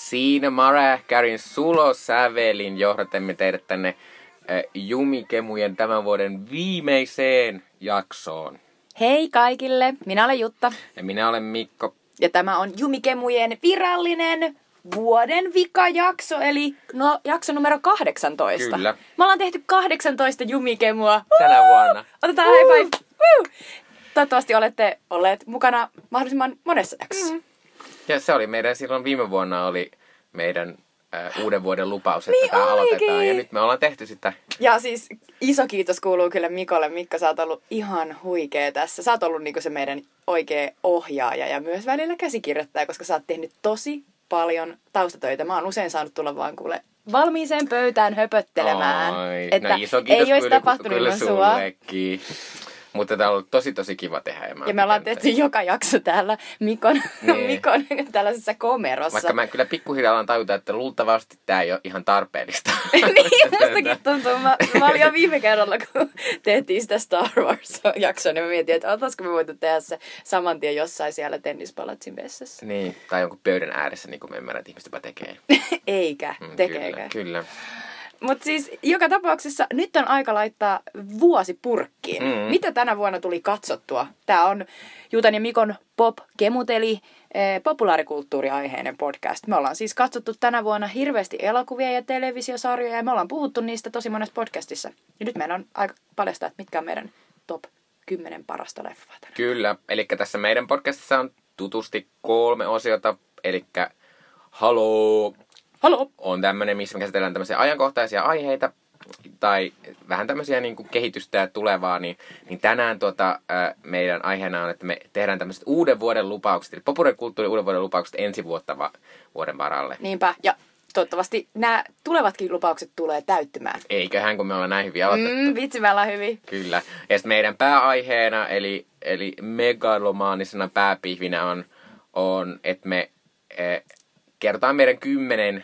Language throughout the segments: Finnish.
Siinä Mariah Careyn sulosävelin johdatemme teidät tänne Jumikemujen tämän vuoden viimeiseen jaksoon. Hei kaikille, minä olen Jutta. Ja minä olen Mikko. Ja tämä on Jumikemujen virallinen vuoden vikajakso, eli jakso numero 18. Kyllä. Me ollaan tehty 18 Jumikemua. Tänä vuonna. Otetaan high five. Toivottavasti olette olleet mukana mahdollisimman monessa jaksossa. Ja se oli meidän silloin viime vuonna oli meidän uuden vuoden lupaus, että Niin tämä olikin. aloitetaan. Ja nyt me ollaan tehty sitä. Ja siis iso kiitos kuuluu kyllä Mikolle. Mikko, sä oot ollut ihan huikea tässä. Sä oot ollut niinku se meidän oikea ohjaaja ja myös välillä käsikirjoittaja, koska sä oot tehnyt tosi paljon taustatöitä. Mä oon usein saanut tulla vaan kuule valmiiseen pöytään höpöttelemään. Että iso kiitos ei olisi tapahtunut ilman sua. sullekin. Mutta tämä on ollut tosi kiva tehdä. Ja me ollaan tehty joka jakso täällä Mikon tällaisessa komerossa. Vaikka mä kyllä pikkuhiljaa alan tajuta, että luultavasti tämä ei ole ihan tarpeellista. Niin, mustakin tuntuu. Mä olin jo viime kerralla, kun tehtiin sitä Star Wars-jaksoa, niin mä mietin, että oltaisiko me voitu tehdä se saman tien jossain siellä tennispalatsin vessassa. Niin, tai jonkun pöydän ääressä, niin kuin me ymmärrän, että ihmiset jopa tekee. Eikä, tekeekö. Kyllä. Mutta siis joka tapauksessa nyt on aika laittaa vuosi purkkiin. Mitä tänä vuonna tuli katsottua? Tämä on Jutan ja Mikon Pop-kemuteli populaarikulttuuriaiheinen podcast. Me ollaan siis katsottu tänä vuonna hirveästi elokuvia ja televisiosarjoja ja me ollaan puhuttu niistä tosi monessa podcastissa. Ja nyt meillä on aika paljastaa, että mitkä on meidän top 10 parasta leffaa tänä. Kyllä, eli tässä meidän podcastissa on tutusti 3 osiota, eli Haloo! Haloo! On tämmöinen, missä me käsitellään tämmöisiä ajankohtaisia aiheita tai vähän tämmöisiä niin kuin kehitystä ja tulevaa, niin tänään meidän aiheena on, että me tehdään tämmöiset uuden vuoden lupaukset, eli populaarikulttuurin uuden vuoden lupaukset ensi vuoden varalle. Niinpä, ja toivottavasti nämä tulevatkin lupaukset tulee täyttymään. Eiköhän, kun me ollaan näin hyvin aloitettu. Vitsi, me ollaan hyvin. Kyllä. Ja sitten meidän pääaiheena, eli megalomaanisena pääpihvinä on että me kerrotaan meidän 10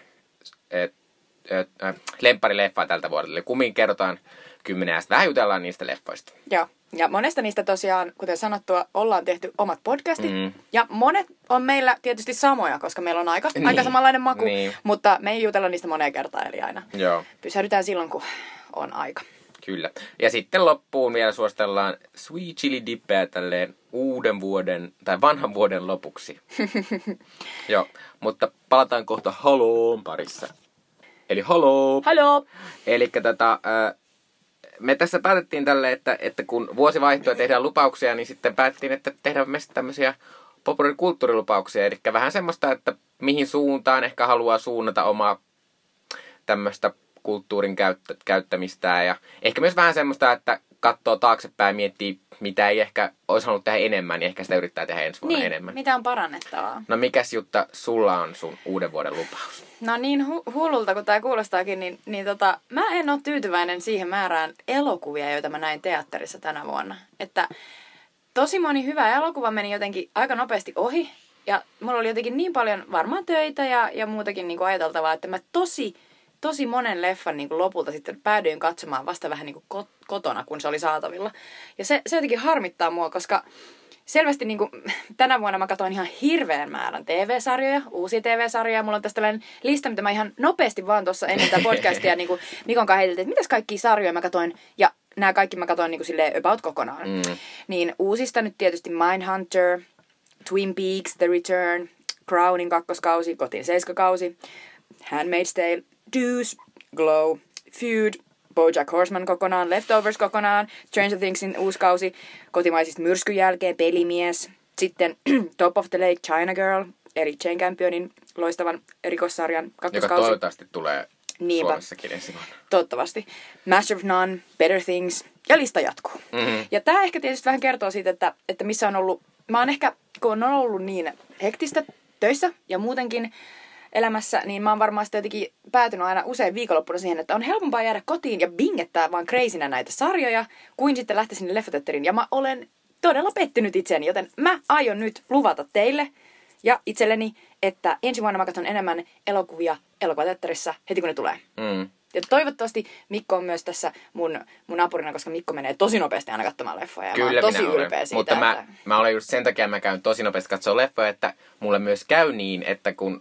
lempparileffaa tältä vuodelta. Eli kummin kerrotaan 10 ja sitten vähän jutellaan niistä leffoista. Joo. Ja monesta niistä tosiaan, kuten sanottua, ollaan tehty omat podcastit. Ja monet on meillä tietysti samoja, koska meillä on aika samanlainen maku. Niin. Mutta me ei jutella niistä moneen kertaan, eli aina pysähdytään silloin, kun on aika. Kyllä. Ja sitten loppuun vielä suositellaan Sweet Chili Dippeä tälleen uuden vuoden, tai vanhan vuoden lopuksi. Joo, mutta palataan kohta Haloon parissa. Eli haloo! Haloo! Elikkä me tässä päätettiin tälle, että kun vuosi vaihtuu ja tehdään lupauksia, niin sitten päätettiin, että tehdään myös tämmöisiä populaarikulttuurilupauksia. Eli vähän semmoista, että mihin suuntaan ehkä haluaa suunnata omaa tämmöistä kulttuurin käyttämistään. Ja ehkä myös vähän semmoista, että katsoo taaksepäin ja miettii, mitä ei ehkä olisi halunnut tehdä enemmän, niin ehkä sitä yrittää tehdä ensi vuonna enemmän. Mitä on parannettavaa? No mikäs Jutta, sulla on sun uuden vuoden lupaus? No niin hullulta kuin tää kuulostaakin, niin mä en ole tyytyväinen siihen määrään elokuvia, joita mä näin teatterissa tänä vuonna. Että tosi moni hyvä elokuva meni jotenkin aika nopeasti ohi. Ja mulla oli jotenkin niin paljon varmaan töitä ja muutakin niin kuin ajateltavaa, että mä tosi monen leffan niin kuin lopulta sitten päädyin katsomaan vasta vähän niin kuin kotona, kun se oli saatavilla. Ja se jotenkin harmittaa mua, koska selvästi niin kuin, tänä vuonna mä katsoin ihan hirveän määrän TV-sarjoja, uusia TV-sarjoja. Mulla on tästä tällainen lista, mitä mä ihan nopeasti vaan tuossa ennen tätä podcastia niin kuin Mikon kanssa heiteltiin, että mitäs kaikkia sarjoja mä katsoin. Ja nämä kaikki mä katsoin niin kuin silleen about kokonaan. Niin uusista nyt tietysti Mindhunter, Twin Peaks, The Return, Crownin 2. kausi, Kotiin 7. kausi, Handmaid's Tale, Deuce, Glow, Feud, BoJack Horseman kokonaan, Leftovers kokonaan, Stranger Thingsin uusi kausi, Kotimaisista myrskyn jälkeen, Pelimies, sitten Top of the Lake, China Girl, eli Jane Campionin loistavan rikossarjan 2. Joka kausi. toivottavasti tulee Suomessakin ensi vuonna. Toivottavasti. Master of None, Better Things ja lista jatkuu. Ja tämä ehkä tietysti vähän kertoo siitä, että missä on ollut, mä oon ehkä, kun on ollut niin hektistä töissä ja muutenkin elämässä, niin mä oon varmaan sitten jotenkin päätynyt aina usein viikonloppuna siihen, että on helpompaa jäädä kotiin ja bingettää vaan crazinä näitä sarjoja, kuin sitten lähteä sinne leffateatteriin. Ja mä olen todella pettynyt itseäni, joten mä aion nyt luvata teille ja itselleni, että ensi vuonna mä katson enemmän elokuvia elokuvateatterissa heti kun ne tulee. Ja toivottavasti Mikko on myös tässä mun apurina, koska Mikko menee tosi nopeasti aina katsomaan leffoja. Ja kyllä mä oon tosi ylpeä siitä. Mutta mä olen just sen takia, mä käyn tosi nopeasti katsoa leffoja, että mulle myös käy niin, että kun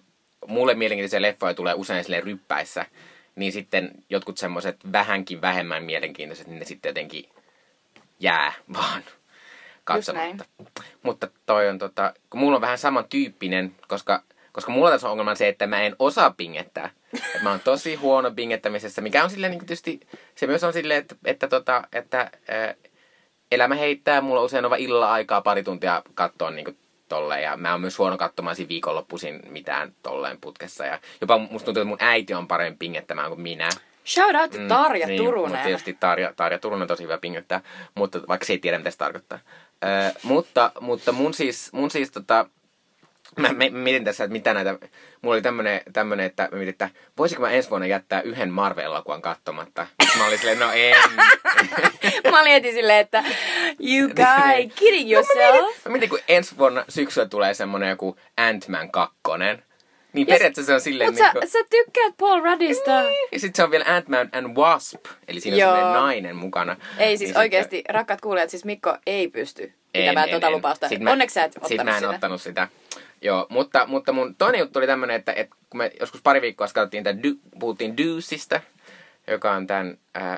mulle mielenkiintoisia leffoja tulee usein silleen ryppäissä, niin sitten jotkut semmoiset vähänkin vähemmän mielenkiintoiset, niin ne sitten jotenkin jää vaan katsomatta. Mutta toi on kun mulla on vähän samantyyppinen, koska mulla tässä on ongelma se, että mä en osaa pingettää. Että mä oon tosi huono pingettämisessä, mikä on silleen niin tietysti, se myös on silleen, että elämä heittää, mulla usein on vaan illalla aikaa pari tuntia katsoa niin tolleen. Ja mä oon myös huono katsomaan siinä viikonloppuisin mitään tolleen putkessa. Ja jopa musta tuntuu, että mun äiti on parempi pingettämään kuin minä. Shout out to Tarja Turunen. Mutta tietysti Tarja Turunen on tosi hyvä pingettää, mutta vaikka se ei tiedä, mitä se tarkoittaa. Mutta mun siis mä mietin tässä, että mitä näitä, mulla oli tämmönen, että mä mietin, että voisiko mä ensi vuonna jättää yhden Marvel-elokuvan katsomatta. Mä olin silleen, no en. Mä mietin silleen, että you guy, kidding yourself. Mä mietin, kun ensi vuonna syksyllä tulee semmonen joku Ant-Man 2. Niin periaatteessa se on silleen Mut sä tykkäät Paul Ruddista. Niin. Ja sit se on vielä Ant-Man and Wasp. Eli siinä on semmonen nainen mukana. Ei siis niin oikeesti, sitten rakkaat kuulijat, siis Mikko ei pysty pitämään lupausta. Onneksi sä et ottanut sitä. Mä en ottanut sitä. Joo, mutta mun toinen juttu oli tämmönen, että kun me joskus pari viikkoa katsottiin puhuttiin Deuceista, joka on tän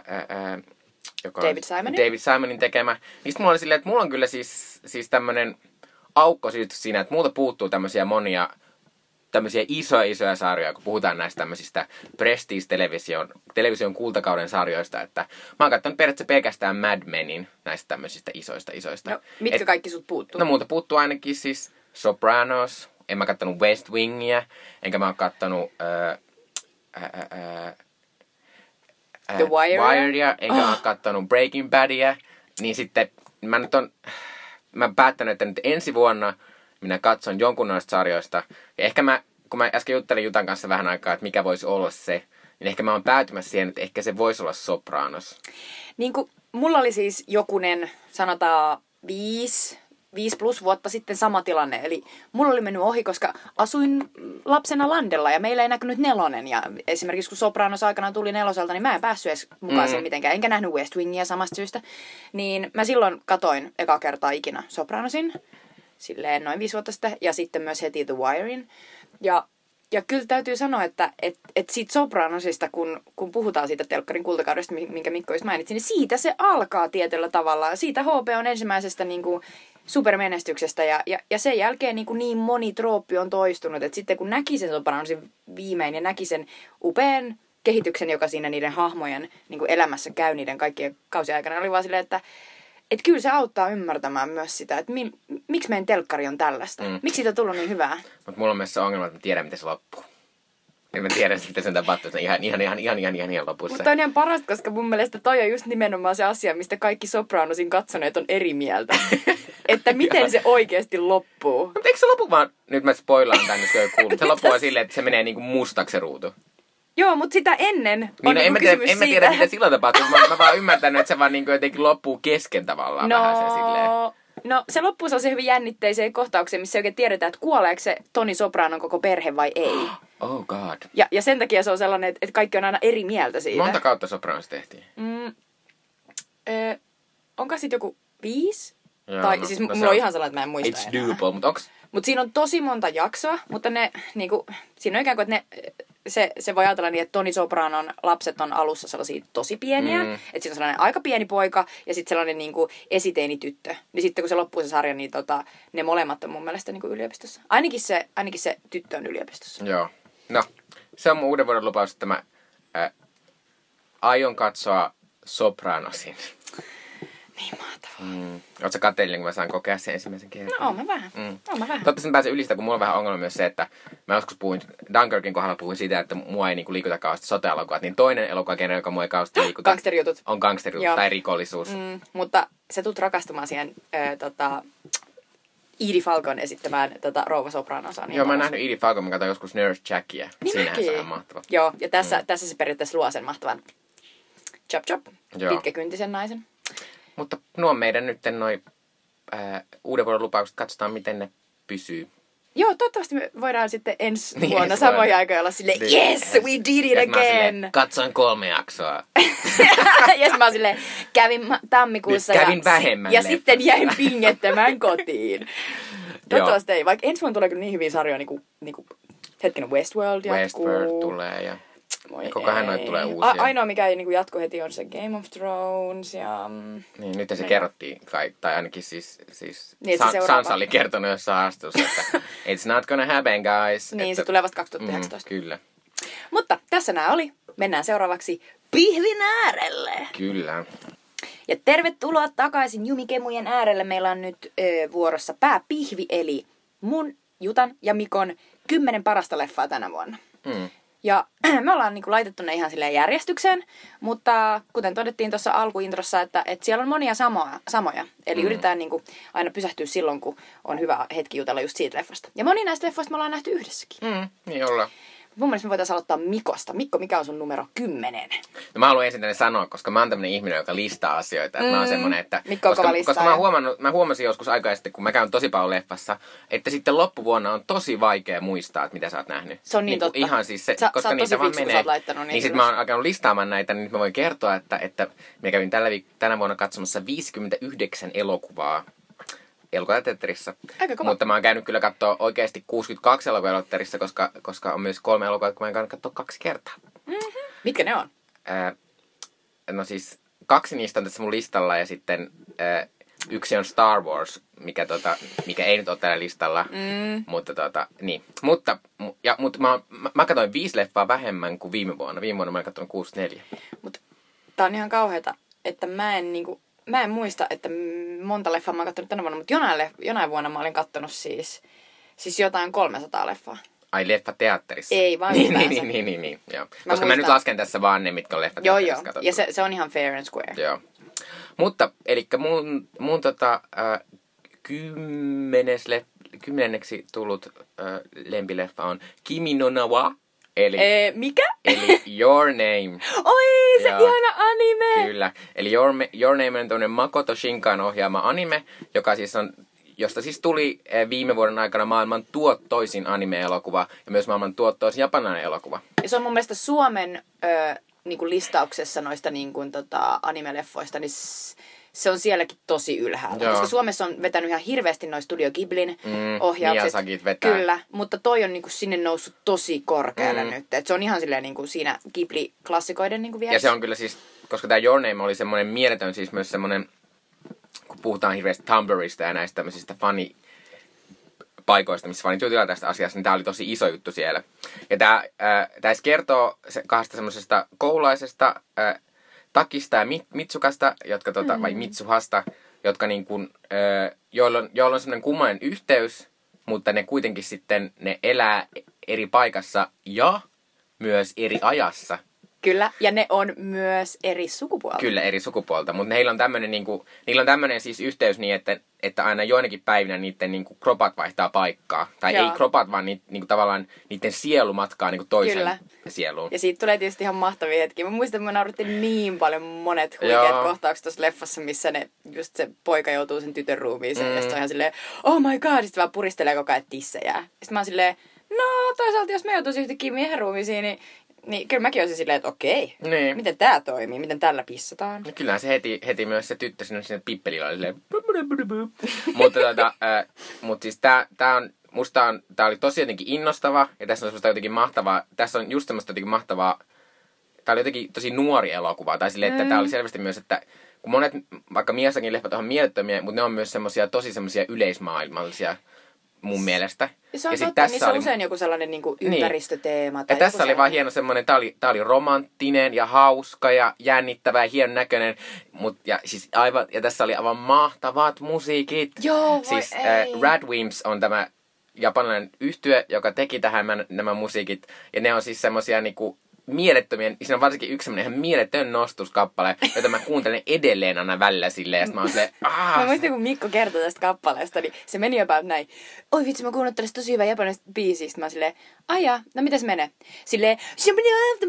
David Simonin tekemä. Niin mulla oli silleen, että mulla on kyllä siis tämmönen aukko siinä, että multa puuttuu tämmöisiä isoja sarjoja, kun puhutaan näistä tämmöisistä Prestige-television kultakauden sarjoista, että mä oon katsonut periaatteessa pelkästään Mad Menin näistä tämmöisistä isoista. No, mitkä kaikki sut puuttuu? No multa puuttuu ainakin siis Sopranos, en mä kattonut West Wingia, enkä mä oon kattonut The Wirea, enkä mä oon kattonut Breaking Badia, niin sitten mä oon päättänyt, että nyt ensi vuonna minä katson jonkun noista sarjoista. Ja ehkä kun mä äsken juttelin Jutan kanssa vähän aikaa, että mikä voisi olla se, niin ehkä mä oon päätymässä siihen, että ehkä se voisi olla Sopranos. Niin kuin mulla oli siis jokunen, sanotaan 5 plus vuotta sitten sama tilanne. Eli mulla oli mennyt ohi, koska asuin lapsena landella ja meillä ei näkynyt 4. Ja esimerkiksi kun Sopranos aikana tuli 4, niin mä en päässyt edes mukaan sen mitenkään. Enkä nähnyt West Wingia samasta syystä. Niin mä silloin katoin eka kertaa ikinä Sopranosin. Silleen noin 5 vuotta sitten. Ja sitten myös heti The Wirein. Ja kyllä täytyy sanoa, että siitä Sopranosista, kun puhutaan siitä telkkarin kultakaudesta, minkä Mikko just mainitsi, niin siitä se alkaa tietyllä tavalla. Siitä HP on ensimmäisestä niin kuin supermenestyksestä ja sen jälkeen niin moni trooppi on toistunut, että sitten kun näki sen Sopranosin viimein ja näki sen upean kehityksen, joka siinä niiden hahmojen niin kuin elämässä käy niiden kaikkien kausien aikana, oli vaan silleen, että kyllä se auttaa ymmärtämään myös sitä, että miksi meidän telkkari on tällaista. Miksi siitä on tullut niin hyvää? Mutta mulla on myös se ongelma, että mä tiedän, miten se loppuu. En mä tiedä, miten sen tapahtuu. Se on ihan lopussa. Mutta on ihan parasta, koska mun mielestä toi on just nimenomaan se asia, mistä kaikki Sopranosin katsoneet on eri mieltä. Että miten se oikeasti loppuu. Mutta eikö se lopu vaan, nyt mä spoilaan tämän, jos kuuluu. Se loppuu vaan silleen, että se menee niinku mustaksi se ruutu. Joo, mutta sitä ennen on en mä tiedä, mitä silloin tapahtuu. Mä vaan ymmärtänyt, että se vaan niinku jotenkin loppuu kesken tavallaan vähän se silleen. No, se loppuu sellaisen hyvin jännitteiseen kohtaukseen, missä oikein tiedetään, että kuoleeko se Tony Sopranon koko perhe vai ei. Oh god. Ja sen takia se on sellainen, että kaikki on aina eri mieltä siitä. Monta kautta Sopranos tehtiin? Onko sit joku 5? Tai siis mulla on ihan sellainen, että mä en muista enää. It's doable, mutta onks... Mutta siinä on tosi monta jaksoa, mutta ne, niinku, siinä on ikään kuin, että se voi ajatella niin, että Tony Sopranon lapset on alussa sellaisia tosi pieniä. Että siinä on sellainen aika pieni poika ja sitten sellainen niinku esiteinityttö. Niin sitten kun se loppuu se sarja, niin ne molemmat on mun mielestä niinku yliopistossa. Ainakin se tyttö on yliopistossa. Joo. No, se on mun uuden vuoden lupaus, että mä aion katsoa Sopranosin. Niin mahtavaa. Oot sä kateellinen, kun mä saan kokea sen ensimmäisen kerran? No, oon mä vähän. Toivottavasti mä pääsen yli sitä, kun mulla on vähän ongelma myös se, että mä joskus Dunkirkin kohdalla puhuin siitä, että mua ei niinku liikuta kauheasti sote-elokuvat, niin toinen elokuvagenre, joka mua ei kauheasti liikuta, gangsterijutut. On gangsterijutut tai rikollisuus. Mutta sä tulet rakastumaan siihen Edie Falcon esittämään Rouva Sopranosaan. Joo, mä oon nähnyt Edie Falcon, mä katsoin joskus Nurse Jackia. Niin siinähän se on mahtava. Joo, ja tässä se periaatteessa luo sen mahtavan chop pitkäkyntisen naisen. Mutta nuo meidän nyt noi uuden vuoden lupaukset, katsotaan miten ne pysyy. Joo, toivottavasti me voidaan sitten ensi vuonna samoja aikoja olla silleen, yes, we did it again. Katsoin 3 jaksoa. Ja mä oon silleen, kävin tammikuussa kävin vähemmän ja sitten jäin pingettämään kotiin. Toivottavasti ei, vaikka ensi vuonna tulee kyllä niin hyviä sarjoja niinku Hetkinen, Westworld jatkuu. Westworld tulee ja koko ajan noita tulee uusia. Ainoa, mikä ei niinku jatku heti, on se Game of Thrones ja... Niin, nyt se kerrottiin, tai ainakin siis niin, Sansa oli kertonut jossain haastattelussa, että it's not gonna happen, guys. Niin, että, se tulee vasta 2019. Kyllä. Mutta tässä nämä oli. Mennään seuraavaksi pihvin äärelle. Kyllä. Ja tervetuloa takaisin Jumikemujen äärelle. Meillä on nyt vuorossa pääpihvi, eli mun, Jutan ja Mikon 10 parasta leffaa tänä vuonna. Ja me ollaan niinku laitettu ne ihan silleen järjestykseen, mutta kuten todettiin tuossa alkuintrossa, että siellä on monia samoja. Eli yritetään niinku aina pysähtyä silloin, kun on hyvä hetki jutella just siitä leffasta. Ja moni näistä leffoista me ollaan nähty yhdessäkin. Niin ollaan. Mun mielestä me voitaisiin aloittaa Mikosta. Mikko, mikä on sun numero 10? No mä haluan ensin tänne sanoa, koska mä oon tämmönen ihminen, joka listaa asioita. Mä oon semmonen, että... Mikko on kova koska mä huomasin joskus aikaa sitten, kun mä käyn tosi paljon leffassa, että sitten loppuvuonna on tosi vaikea muistaa, että mitä sä oot nähnyt. Se on niin totta. Ihan siis se, koska niitä vaan menee. Niin sit mä oon alkanut listaamaan näitä, niin mä voin kertoa, että mä kävin tänä vuonna katsomassa 59 elokuvaa elokuvateatterissa. Mutta mä oon käynyt kyllä katsoa oikeasti 62 elokuvateatterissa, koska on myös 3 elokuvaa, jotka mä oon käynyt katsoa 2 kertaa. Mitkä ne on? No siis 2 niistä on tässä mun listalla ja sitten yksi on Star Wars, mikä ei nyt ole tällä listalla. Mutta niin. Mutta mä katsoin 5 leffaa vähemmän kuin viime vuonna. Viime vuonna mä oon katsonut 64. Mutta tää on ihan kauheata, että mä en muista, että monta leffaa mä oon kattonut tänä vuonna, mutta jonain vuonna mä olin kattonut siis jotain 300 leffaa. Ai leffateatterissa? Ei, vaan niin. Joo. Koska mä nyt lasken tässä vaan ne, mitkä on leffateatterissa katsottu. Ja se on ihan fair and square. Joo. Mutta, elikkä mun 10. tullut lempileffa on Kimi no Na wa. Eli, mikä? Eli Your Name. Oi, se ihana anime! Kyllä. Eli Your Name on tämmönen Makoto Shinkan ohjaama anime, josta siis tuli viime vuoden aikana maailman tuottoisin anime-elokuva ja myös maailman tuottoisin japanilainen elokuva. Ja se on mun mielestä Suomen niinku listauksessa noista niinku, anime-leffoista, niin se on sielläkin tosi ylhäällä. Joo. Koska Suomessa on vetänyt ihan hirveästi noi Studio Ghiblin ohjaukset. Miyazakit vetää. Kyllä, mutta toi on niinku sinne noussut tosi korkealle nyt. Et se on ihan silleen niinku siinä Ghibli-klassikoiden niinku vieressä. Ja se on kyllä siis, koska tää Your Name oli semmonen mieletön, siis myös semmonen, kun puhutaan hirveästi Tumblrista ja näistä tämmöisistä paikoista, missä fanit jutella tästä asiasta, niin tää oli tosi iso juttu siellä. Ja tää kertoo 2 semmosesta koululaisesta, Takista ja Mitsukasta, jotka vai Mitsuhasta, jotka niin kuin, joilla on semmoinen kummallinen yhteys, mutta ne kuitenkin sitten ne elää eri paikassa ja myös eri ajassa. Kyllä, ja ne on myös eri sukupuolta. Kyllä, eri sukupuolta, mutta niillä on tämmöinen siis yhteys niin, että aina joinakin päivinä niiden niinku kropat vaihtaa paikkaa. Tai ei kropat, vaan niinku tavallaan niiden sielu matkaa niinku toisen sieluun. Ja siitä tulee tietysti ihan mahtavia hetkiä. Mä muistan, että me naurattiin niin paljon monet huikeat kohtaukset tuossa leffassa, missä just se poika joutuu sen tytön ruumiiseen. Ja sitten on ihan silleen, oh my god, sitten vaan puristelee koko ajan tissejä. Sitten mä oon silleen, no toisaalta jos mä joutuisin yhtäkkiä miehen ruumiisiin, niin kyllä mäkin olisin silleen, että okei, miten tää toimii, miten tällä pissataan. No kyllähän se heti myös se tyttö sinne pippelillä oli silleen, mutta siis tää oli tosi jotenkin innostava ja tässä on semmoista jotenkin mahtavaa, tässä on just semmoista jotenkin mahtavaa, tää oli jotenkin tosi nuori elokuva, tai silleen, että tää oli selvästi myös, että kun monet, vaikka Miyazakin leffat on mielettömiä, mutta ne on myös tosi semmoisia yleismaailmallisia mun mielestä. Ja se on totta, tässä niissä on usein joku sellainen niinku ympäristöteema. Tai ja tässä oli vaan hieno semmoinen, tää oli romanttinen ja hauska ja jännittävä ja hienon näköinen. Ja tässä oli aivan mahtavat musiikit. Joo, siis Radwimps on tämä japanilainen yhtye, joka teki tähän nämä musiikit. Ja ne on siis semmosia niinku mielettömiä, siinä on varsinkin yksi semmoinen ihan mieletön nostuskappale, jota mä kuuntelen edelleen aina välillä silleen, ja sit mä oon silleen, Mä muistin, kun Mikko kertoi tästä kappaleesta, niin se meni jopa näin, oi vitsi, mä kuunnelttelin tosi hyvää japanista biisiä, sit mä oon silleen, aijaa, no miten se menee? Silleen, sit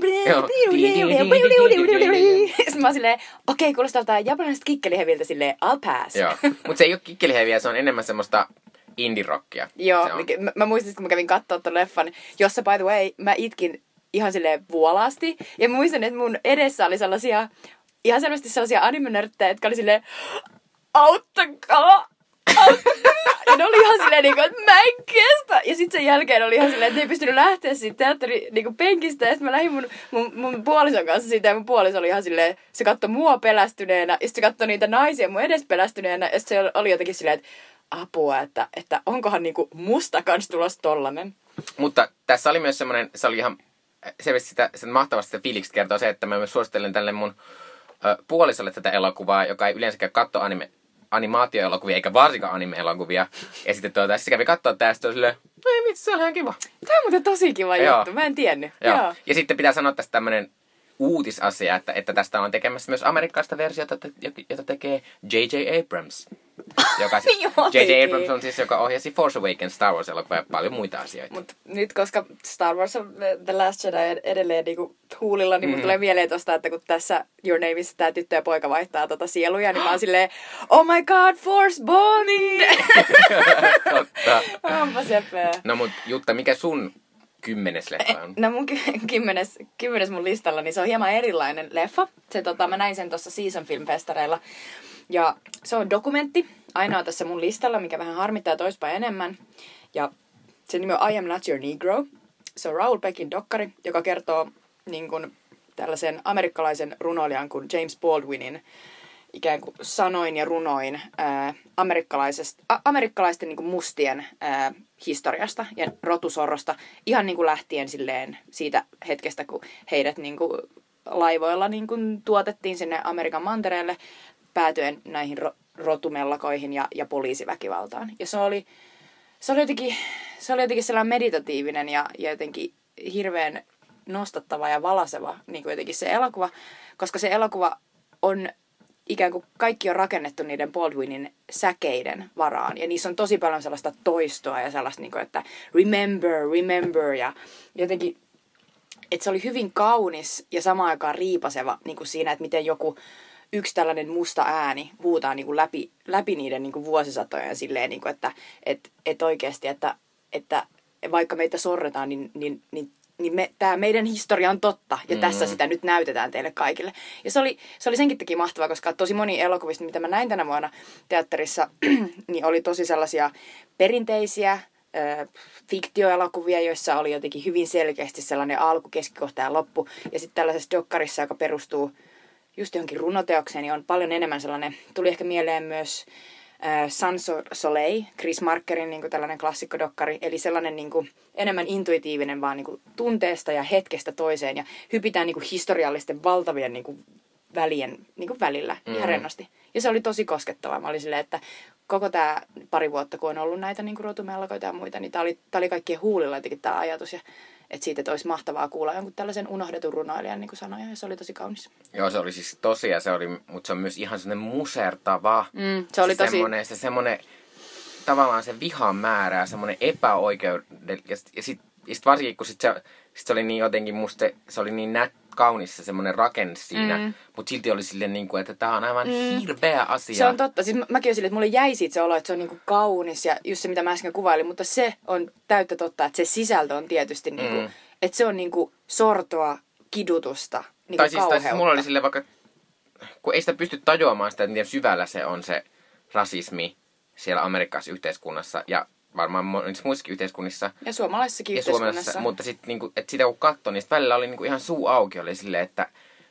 mä oon silleen, okei, kuulostaa tää japanista kikkeliheviltä silleen, I'll pass. Joo, mut se ei oo kikkeliheviä, se on enemmän semmoista indie-rockia. Joo, mä muistin, kun mä kävin kattoo ton leffan, jossa by the way, mä itkin ihan silleen vuolaasti. Ja mä muistan, että mun edessä oli sellaisia, ihan selvästi sellaisia anime-nörttejä, jotka oli silleen, auttakaa! Ja ne oli ihan silleen, niinku, että mä en kestä. Ja sitten sen jälkeen oli ihan silleen, että ne ei pystynyt lähteä siitä teatterin niinku penkistä. Ja sitten mä lähdin mun puolison kanssa siitä. Ja mun puoliso oli ihan silleen, se katsoi mua pelästyneenä. Ja sitten se katsoi niitä naisia mun edes pelästyneenä. Ja sitten se oli jotenkin silleen, että apua, että onkohan niinku musta kans tulossa tollanen. Mutta tässä oli myös semmoinen, se oli ihan selvästi sen mahtavasti se fiiliksi kertoo se, että mä myös suosittelen tälle mun puolisolle tätä elokuvaa, joka ei yleensäkään katso animaatioelokuvia, eikä varsinkaan anime-elokuvia. Ja sitten se kävi katsoa tästä, ja silleen, ei vitsi, se on ihan kiva. Tämä on muuten tosi kiva juttu, mä en tiennyt. Joo. Ja sitten pitää sanoa tästä tämmönen uutisasia, että tästä on tekemässä myös amerikkalaista versiota, jota tekee J.J. Abrams. J.J. Abrams on siis, joka ohjasi Force Awakens, Star Wars-elokuva ja paljon muita asioita. Mut nyt, koska Star Wars on The Last Jedi edelleen niinku huulilla, niin mun tulee mieleen tosta, että kun tässä Your Name is tää tyttö ja poika vaihtaa sieluja, niin mä oon silleen, oh my god, Force bonding! Totta. Onpa sepää. No mut Jutta, mikä sun 10. leffa on? No mun 10. mun listalla, niin se on hieman erilainen leffa. Mä näin sen tuossa Season Film-festareilla. Ja se on dokumentti, ainoa tässä mun listalla, mikä vähän harmittaa toispäin enemmän. Ja sen nimi on I Am Not Your Negro. Se on Raoul Peckin dokkari, joka kertoo niin kuin tällaisen amerikkalaisen runoilijan kuin James Baldwinin ikään kuin sanoin ja runoin amerikkalaisten niin kuin mustien historiasta ja rotusorrosta. Ihan niin kuin lähtien silleen siitä hetkestä, kun heidät niin kuin laivoilla niin kuin tuotettiin sinne Amerikan mantereelle, päätyen näihin rotumellakoihin ja poliisiväkivaltaan. Ja se oli jotenkin sellainen meditatiivinen ja jotenkin hirveän nostattava ja valaseva niin kuin jotenkin se elokuva, koska se elokuva on ikään kuin kaikki on rakennettu niiden Baldwinin säkeiden varaan. Ja niissä on tosi paljon sellaista toistoa ja sellaista, niin kuin, että remember ja jotenkin, että se oli hyvin kaunis ja samaan aikaan riipaseva niin kuin siinä, että miten yksi tällainen musta ääni huutaa niin kuin läpi niiden niin kuin vuosisatojen silleen, niin kuin, että oikeasti, että vaikka meitä sorretaan, niin tämä meidän historia on totta ja tässä sitä nyt näytetään teille kaikille. Ja se oli senkin takia mahtavaa, koska tosi moni elokuvista, mitä mä näin tänä vuonna teatterissa, niin oli tosi sellaisia perinteisiä fiktioelokuvia, joissa oli jotenkin hyvin selkeästi sellainen alku, keskikohta ja loppu. Ja sitten tällaisessa dokkarissa, joka perustuu just johonkin runoteokseen, niin on paljon enemmän sellainen, tuli ehkä mieleen myös Sans Soleil, Chris Markerin niin kuin tällainen klassikkodokkari, eli sellainen niin kuin enemmän intuitiivinen vaan niin kuin tunteesta ja hetkestä toiseen, ja hypitään niin kuin historiallisten valtavien niin kuin välien niin kuin välillä ihan rennosti. Ja se oli tosi koskettavaa. Mä olin silleen, että koko tämä pari vuotta, kun on ollut näitä niin kuin rotumellakoita ja muita, niin tää oli kaikkien huulilla jotenkin tämä ajatus, ja että siitä olisi mahtavaa kuulla jonkun tällaisen unohdetun runoilijan niin kuin sanoja, ja se oli tosi kaunis. Joo, se oli siis tosia, mutta se on myös ihan semmoinen musertava. Se oli tosi semmoinen tavallaan se vihan määrä ja semmoinen epäoikeudellinen. Ja sit varsinkin, kun se oli niin jotenkin musta, se oli niin kaunis se semmoinen rakenne siinä, mutta silti oli silleen, niin kuin, että tämä on aivan hirveä asia. Se on totta. Siis mäkin olin silleen, että mulle jäi siitä se olo, että se on niin kuin kaunis ja just se, mitä mä äsken kuvailin, mutta se on täyttä totta, että se sisältö on tietysti, niin kuin, että se on niin kuin sortoa, kidutusta, niin kuin kauheutta. Tai siis mulla oli silleen vaikka, kun ei sitä pysty tajuamaan sitä, että miten syvällä se on se rasismi siellä amerikkalaisessa yhteiskunnassa ja varmaan monissa muissakin yhteiskunnissa. Ja suomalaisissakin yhteiskunnassa. Mutta sitten, niinku, että sitä kun katsoi, niin välillä oli niinku ihan suu auki. Oli silleen, että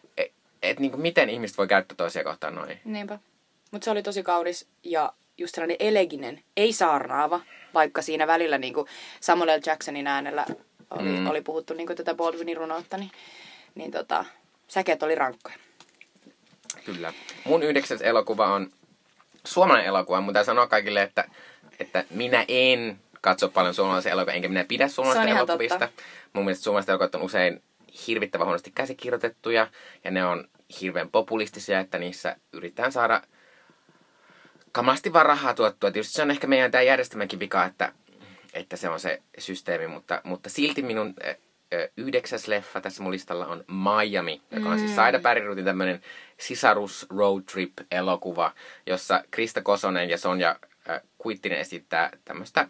niinku, miten ihmiset voi käyttää toisia kohtaan noin. Niinpä. Mutta se oli tosi kaunis ja just sellainen eleginen, ei saarnaava, vaikka siinä välillä niinku Samuel L. Jacksonin äänellä oli puhuttu niinku tätä Baldwinin runoutta, niin säkeet oli rankkoja. Kyllä. Mun 9. elokuva on suomalainen elokuva. Mun täytyy sanoa kaikille, että minä en katso paljon suomalaisia elokuvia, enkä minä pidä suomalaisista elokuvista. Totta. Mun mielestä suomalaiset elokuvat on usein hirvittävän huonosti käsikirjoitettuja, ja ne on hirveän populistisia, että niissä yritetään saada kamalasti vaan rahaa tuottua. Tietysti se on ehkä meidän tämä järjestelmänkin vika, että se on se systeemi, mutta silti minun 9. leffa tässä mun listalla on Miami, joka on siis Saida Bergrutin tämmöinen sisarus road trip elokuva, jossa Krista Kosonen ja Sonja Kuittinen esittää tämmöistä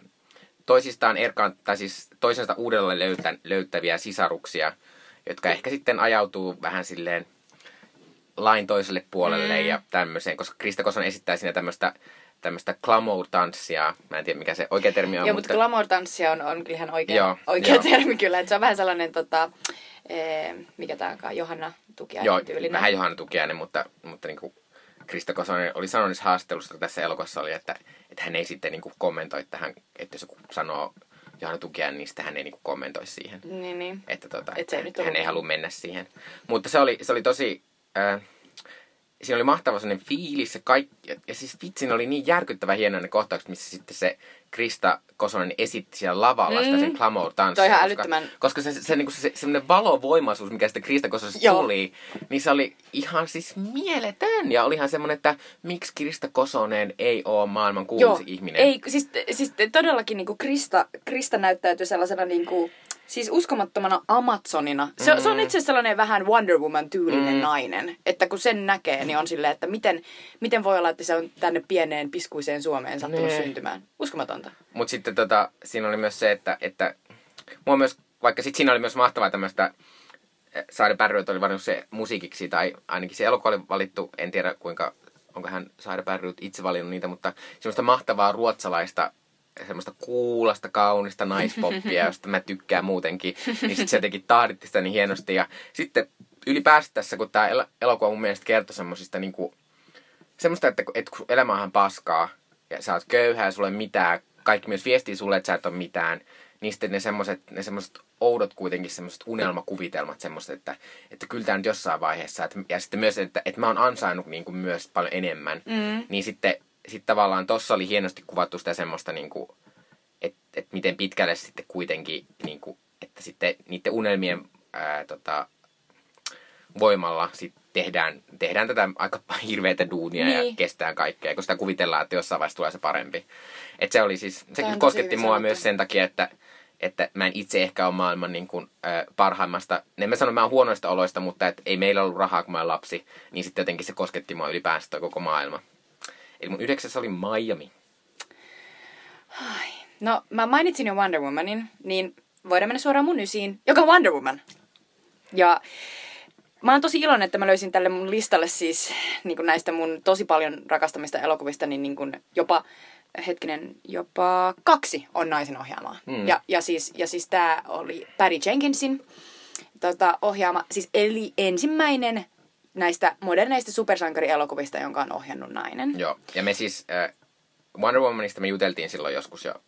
toisensa uudelleen löytäviä sisaruksia, jotka ehkä sitten ajautuu vähän silleen lain toiselle puolelle ja tämmöiseen, koska Krista Kosonen esittää siinä tämmöistä tämmöistä glamour-tanssia. Mä en tiedä, mikä se oikea termi on. Joo, mutta glamour-tanssia on kyllä ihan oikea termi kyllä. Että se on vähän sellainen, mikä tää onkaan, Johanna Tukiainen tyylinen. Joo, vähän Johanna Tukiainen, mutta niin kuin Krista Kosonen oli sanonut haastattelussa tässä elokuvassa oli, että hän ei sitten niin kuin kommentoi tähän, että jos joku sanoo Johanna Tukiainen, niin sitten hän ei niin kuin kommentoi siihen. Niin. Että hän ei halua mennä siihen. Mutta se oli tosi... Siinä oli mahtava sellainen fiilis ja siis vitsin oli niin järkyttävä hienoa ne kohtaukset, missä sitten se Krista Kosonen esitti siellä lavalla sitä sen glamour-tanssia. Toi ihan älyttömän. Koska se semmoinen valovoimaisuus, mikä sitten Krista Kososesta tuli, niin se oli ihan siis mieletön. Ja olihan semmoinen, että miksi Krista Kosonen ei ole maailman kuuluisin ihminen. Ei, siis todellakin niin kuin Krista näyttäytyi sellaisena niin kuin, siis uskomattomana Amazonina. Se on itse asiassa sellainen vähän Wonder Woman-tyylinen nainen. Että kun sen näkee, niin on silleen, että miten voi olla, että se on tänne pieneen piskuiseen Suomeen sattunut syntymään. Uskomatonta. Mutta sitten siinä oli myös se, että mua myös, vaikka sitten siinä oli myös mahtavaa tämmöistä, Saari Pärryt oli valinnut se musiikiksi, tai ainakin se elokuva oli valittu, en tiedä onko hän Saari Pärryt itse valinnut niitä, mutta semmoista mahtavaa ruotsalaista, semmoista kuulasta, kaunista naispoppia, josta mä tykkään muutenkin, niin sitten se jotenkin tahditti sitä niin hienosti. Ja sitten ylipäänsä tässä, kun tämä elokuva mun mielestä kertoi semmosista niinku, semmoista, että kun elämä on ihan paskaa, ja sä oot köyhä ja sulle mitään, kaikki myös viestii sulle, että sä et ole mitään, niin sitten ne semmoiset oudot kuitenkin semmoiset unelmakuvitelmat semmoiset, että kyllä tämä nyt jossain vaiheessa, ja sitten myös, että mä oon ansainnut niin kuin myös paljon enemmän, niin sitten tavallaan tossa oli hienosti kuvattu sitä semmoista, niin kuin, että miten pitkälle sitten kuitenkin, niin kuin, että sitten niiden unelmien voimalla sitten tehdään tätä aika hirveätä duunia ja kestään kaikkea, kun sitä kuvitellaan, että jossain vaiheessa tulee se parempi. Että se oli siis, se kosketti mua myös sen takia, että mä en itse ehkä ole maailman niin kuin, parhaimmasta, en mä sano, mä oon huonoista oloista, mutta et ei meillä ollut rahaa, kun mä olen lapsi, niin sitten jotenkin se kosketti mua ylipäänsä toi koko maailma. Eli mun 9. oli Miami. No, mä mainitsin jo Wonder Womanin, niin voidaan mennä suoraan mun 9, joka on Wonder Woman. Ja mä oon tosi iloinen, että mä löysin tälle mun listalle siis niin kuin näistä mun tosi paljon rakastamista elokuvista, niin kuin jopa 2 on naisen ohjaamaa. Ja siis tää oli Patty Jenkinsin ohjaama, siis eli ensimmäinen näistä moderneista supersankarielokuvista, jonka on ohjannut nainen. Joo, ja me siis Wonder Womanista me juteltiin silloin joskus jo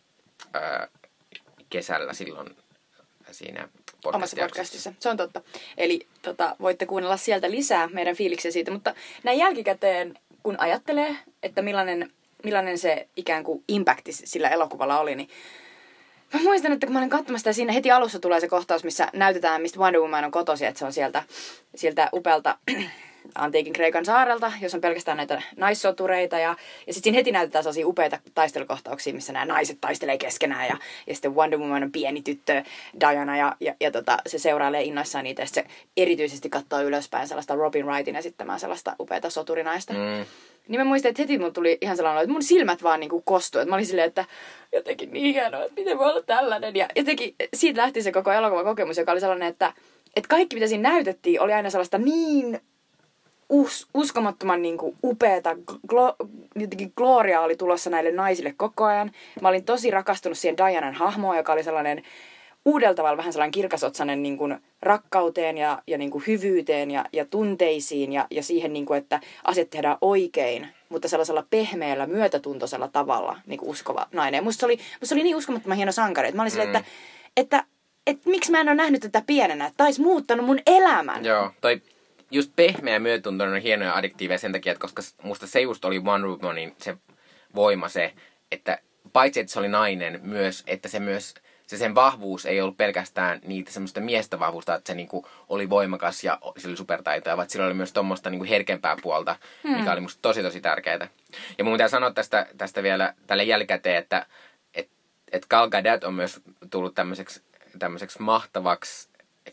kesällä silloin siinä omassa podcastissa. Se on totta. Eli voitte kuunnella sieltä lisää meidän fiiliksiä siitä, mutta näin jälkikäteen, kun ajattelee, että millainen se ikään kuin impacti sillä elokuvalla oli, niin mä muistan, että kun mä olin katsomassa sitä, siinä heti alussa tulee se kohtaus, missä näytetään, mistä Wonder Woman on kotoisin, että se on sieltä upealta antiikin Kreikan saarelta, jos on pelkästään näitä naissotureita. Ja sitten siinä heti näytetään sellaisia upeita taistelukohtauksia, missä nämä naiset taistelee keskenään. Ja sitten Wonder Woman on pieni tyttö Diana ja se seurailee innoissaan niitä. Ja se erityisesti katsoo ylöspäin sellaista Robin Wrightin esittämään sellaista upeata soturinaista. Niin mä muistan, että heti mun tuli ihan sellainen, että mun silmät vaan niinku kostui. Että mä olin silleen, että jotenkin niin hienoa, että miten voi olla tällainen. Ja jotenkin siitä lähti se koko elokuvan kokemus, joka oli sellainen, että kaikki mitä siinä näytettiin oli aina sellaista niin uskomattoman niinku upeata. Jotenkin gloria oli tulossa näille naisille koko ajan. Mä olin tosi rakastunut siihen Dianan hahmoon, joka oli sellainen uudella tavalla vähän sellainen kirkasotsainen niin kuin rakkauteen ja niin kuin hyvyyteen ja tunteisiin ja siihen, niin kuin, että asiat tehdään oikein, mutta sellaisella pehmeällä, myötätuntoisella tavalla niin kuin uskova nainen. Ja musta se oli niin uskomattoman hieno sankari, että mä olin silleen, että miksi mä en ole nähnyt tätä pienenä, että taisi muuttanut mun elämän. Joo, toi just pehmeä ja myötätuntoinen on hienoja adjektiiveja sen takia, että koska musta se just oli Wonder Womanin se voima se, että paitsi että se oli nainen myös, että se myös se sen vahvuus ei ollut pelkästään niitä semmoista miestä vahvuusta, että se niinku oli voimakas ja se oli supertaitoja, vaan sillä oli myös tommoista niinku herkempää puolta, mikä oli musta tosi tosi tärkeää. Ja mun pitää sanoa tästä vielä tälle jälkikäteen, että Gal Gadot on myös tullut tämmöiseksi mahtavaksi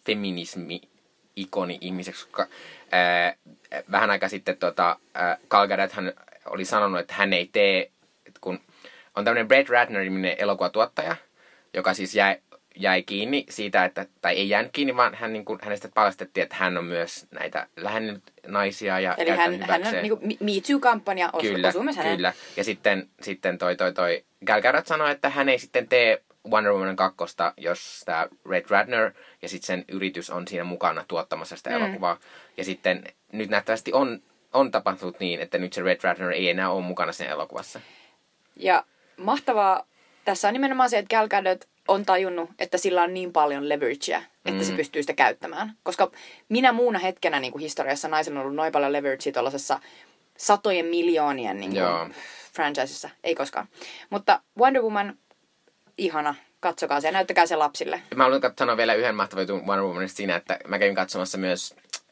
feminismi-ikoni-ihmiseksi. Vähän aika sitten Gal Gadot hän oli sanonut, että hän ei tee, kun on tämmöinen Brett Ratner-niminen elokuvatuottaja, joka siis jäi kiinni siitä, että, tai ei jäänyt kiinni, vaan hän, niin kuin, hänestä paljastettiin, että hän on myös näitä lähennyt naisia ja eli käyttänyt hän hyväkseen. on niin kuin Me Too-kampanja osuu myös häneen. Kyllä. Ja sitten toi Gal Gadot sanoi, että hän ei sitten tee Wonder Woman 2, jos tämä Red Ratner ja sitten sen yritys on siinä mukana tuottamassa sitä elokuvaa. Ja sitten nyt nähtävästi on tapahtunut niin, että nyt se Red Ratner ei enää ole mukana siinä elokuvassa. Ja mahtavaa tässä on nimenomaan se, että Gal Gadot on tajunnut, että sillä on niin paljon leveragea, että se pystyy sitä käyttämään. Koska minä muuna hetkenä niin kuin historiassa naisen on ollut noin paljon leveragea tuollaisessa satojen miljoonien niin kuin franchisessa. Ei koskaan. Mutta Wonder Woman, ihana. Katsokaa se ja näyttäkää se lapsille. Mä haluan sanoa vielä yhden mahtavan jutun Wonder Womanista siinä, että mä kävin katsomassa myös,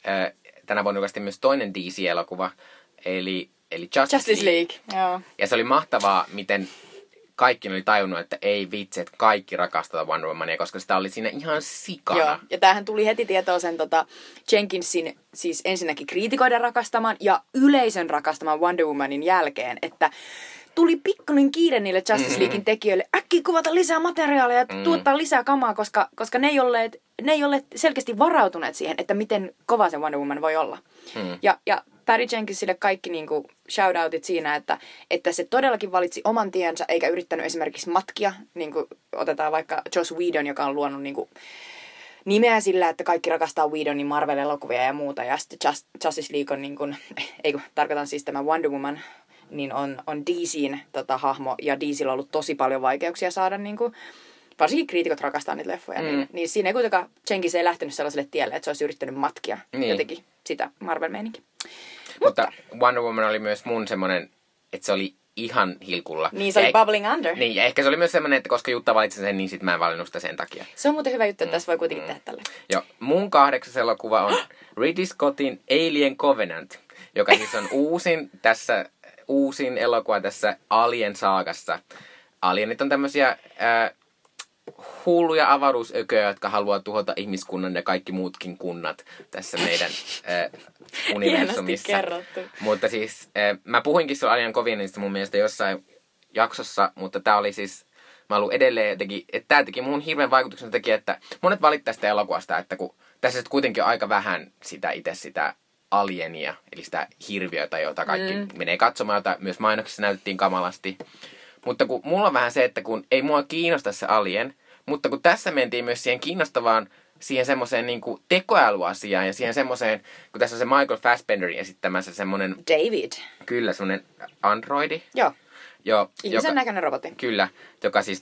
tänä vuonna julkaistiin myös toinen DC-elokuva, eli Justice League. Joo. Ja se oli mahtavaa, miten kaikki oli tajunnut, että ei vitsi, että kaikki rakastavat Wonder Womania, koska sitä oli siinä ihan sikana. Joo, ja tämähän tuli heti tietoa sen Jenkinsin, siis ensinnäkin kriitikoiden rakastaman ja yleisön rakastaman Wonder Womanin jälkeen, että tuli pikkuinen kiire niille Justice Leaguein tekijöille äkkiä kuvata lisää materiaalia ja tuottaa lisää kamaa, koska ne ei olleet selkeästi varautuneet siihen, että miten kova se Wonder Woman voi olla. Ja Patty Jenkinsille kaikki niinku shoutoutit siinä, että se todellakin valitsi oman tiensä, eikä yrittänyt esimerkiksi matkia. Niinku otetaan vaikka Joss Whedon, joka on luonut niinku nimeä sillä, että kaikki rakastaa Whedonin Marvel-elokuvia ja muuta. Ja sitten Justice League on, niinku, tarkoitan siis tämä Wonder Woman, niin on DC:n hahmo. Ja DC:llä on ollut tosi paljon vaikeuksia saada, niinku, varsinkin kriitikot rakastaa niitä leffoja. Niin siinä ei kuitenkaan Jenkins ei lähtenyt sellaiselle tielle, että se olisi yrittänyt matkia jotenkin sitä Marvel-meininkiä. Mutta Wonder Woman oli myös mun semmoinen, että se oli ihan hilkulla. Niin, se oli bubbling under. Niin, ja ehkä se oli myös semmoinen, että koska Jutta valitsi sen, niin sit mä en valinnut sitä sen takia. Se on muuten hyvä juttu, että tässä voi kuitenkin tehdä tälle. Joo, mun 8. elokuva on Ridley Scottin Alien Covenant, joka siis on uusin elokuva tässä Alien-saagassa. Alienit on tämmöisiä hulluja avaruusököjä, jotka haluaa tuhota ihmiskunnan ja kaikki muutkin kunnat tässä meidän universumissa. Kerrottu. Mutta siis, mä puhuinkin silloin Alien Covenantista mun mielestä jossain jaksossa, mutta tää oli siis, mä haluan edelleen jotenkin, että tää teki mun hirveän vaikutuksen takia, että monet valittaa sitä elokuvasta, että kun tässä kuitenkin on aika vähän sitä alienia, eli sitä hirviötä, jota kaikki menee katsomaan, jota myös mainoksissa näytettiin kamalasti. Mutta kun mulla on vähän se, että kun ei mua kiinnosta se alien, mutta kun tässä mentiin myös siihen kiinnostavaan, siihen semmoiseen niinku tekoälyasiaan ja siihen semmoiseen, kun tässä on se Michael Fassbenderin esittämässä semmoinen David. Kyllä, semmoinen androidi. Joo. Ihmisen näköinen robotti. Kyllä, joka siis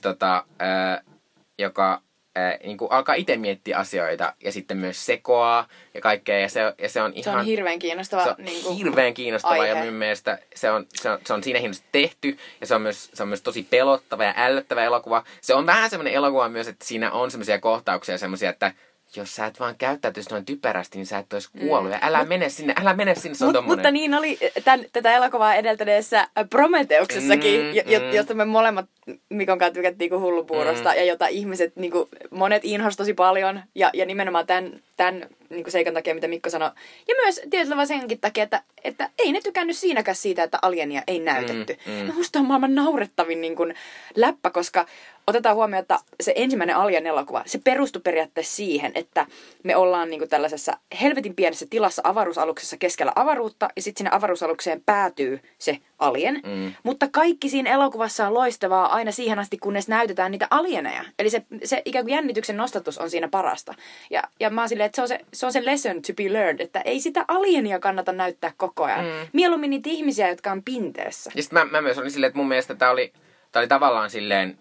niinku alkaa itse miettiä asioita ja sitten myös sekoaa ja kaikkea. Ja se on ihan... Se on hirveän kiinnostava. Se on hirveän kiinnostava aihe. Ja minun mielestä se on siinä hienosti tehty ja se on myös tosi pelottava ja ällöttävä elokuva. Se on vähän semmoinen elokuva myös, että siinä on semmoisia kohtauksia semmoisia, että jos sä et vaan käyttäytyisi noin typerästi, niin sä et olisi kuollut. Ja älä mene sinne, se on tommonen. Mutta niin oli tätä elokuvaa edeltäneessä Prometheuksessakin, josta me molemmat Mikon kanssa tykättiin kuin hullupuurosta, ja jota ihmiset, niin kuin, monet inhosi tosi paljon, ja nimenomaan tämän niin kuin seikan takia, mitä Mikko sanoi. Ja myös tietyllä vaan senkin takia, että ei ne tykännyt siinäkään siitä, että alienia ei näytetty. Musta on maailman naurettavin niin kuin läppä, koska otetaan huomioon, että se ensimmäinen Alien-elokuva, se perustui periaatteessa siihen, että me ollaan niin kuin tällaisessa helvetin pienessä tilassa avaruusaluksessa keskellä avaruutta, ja sitten sinne avaruusalukseen päätyy se alien. Mutta kaikki siinä elokuvassa on loistavaa aina siihen asti, kunnes näytetään niitä alieneja. Eli se ikään kuin jännityksen nostatus on siinä parasta. Ja mä oon silleen, että se on se lesson to be learned, että ei sitä alienia kannata näyttää koko ajan. Mieluummin niitä ihmisiä, jotka on pinteessä. Ja sitten mä myös olin silleen, että mun mielestä tää oli tavallaan silleen...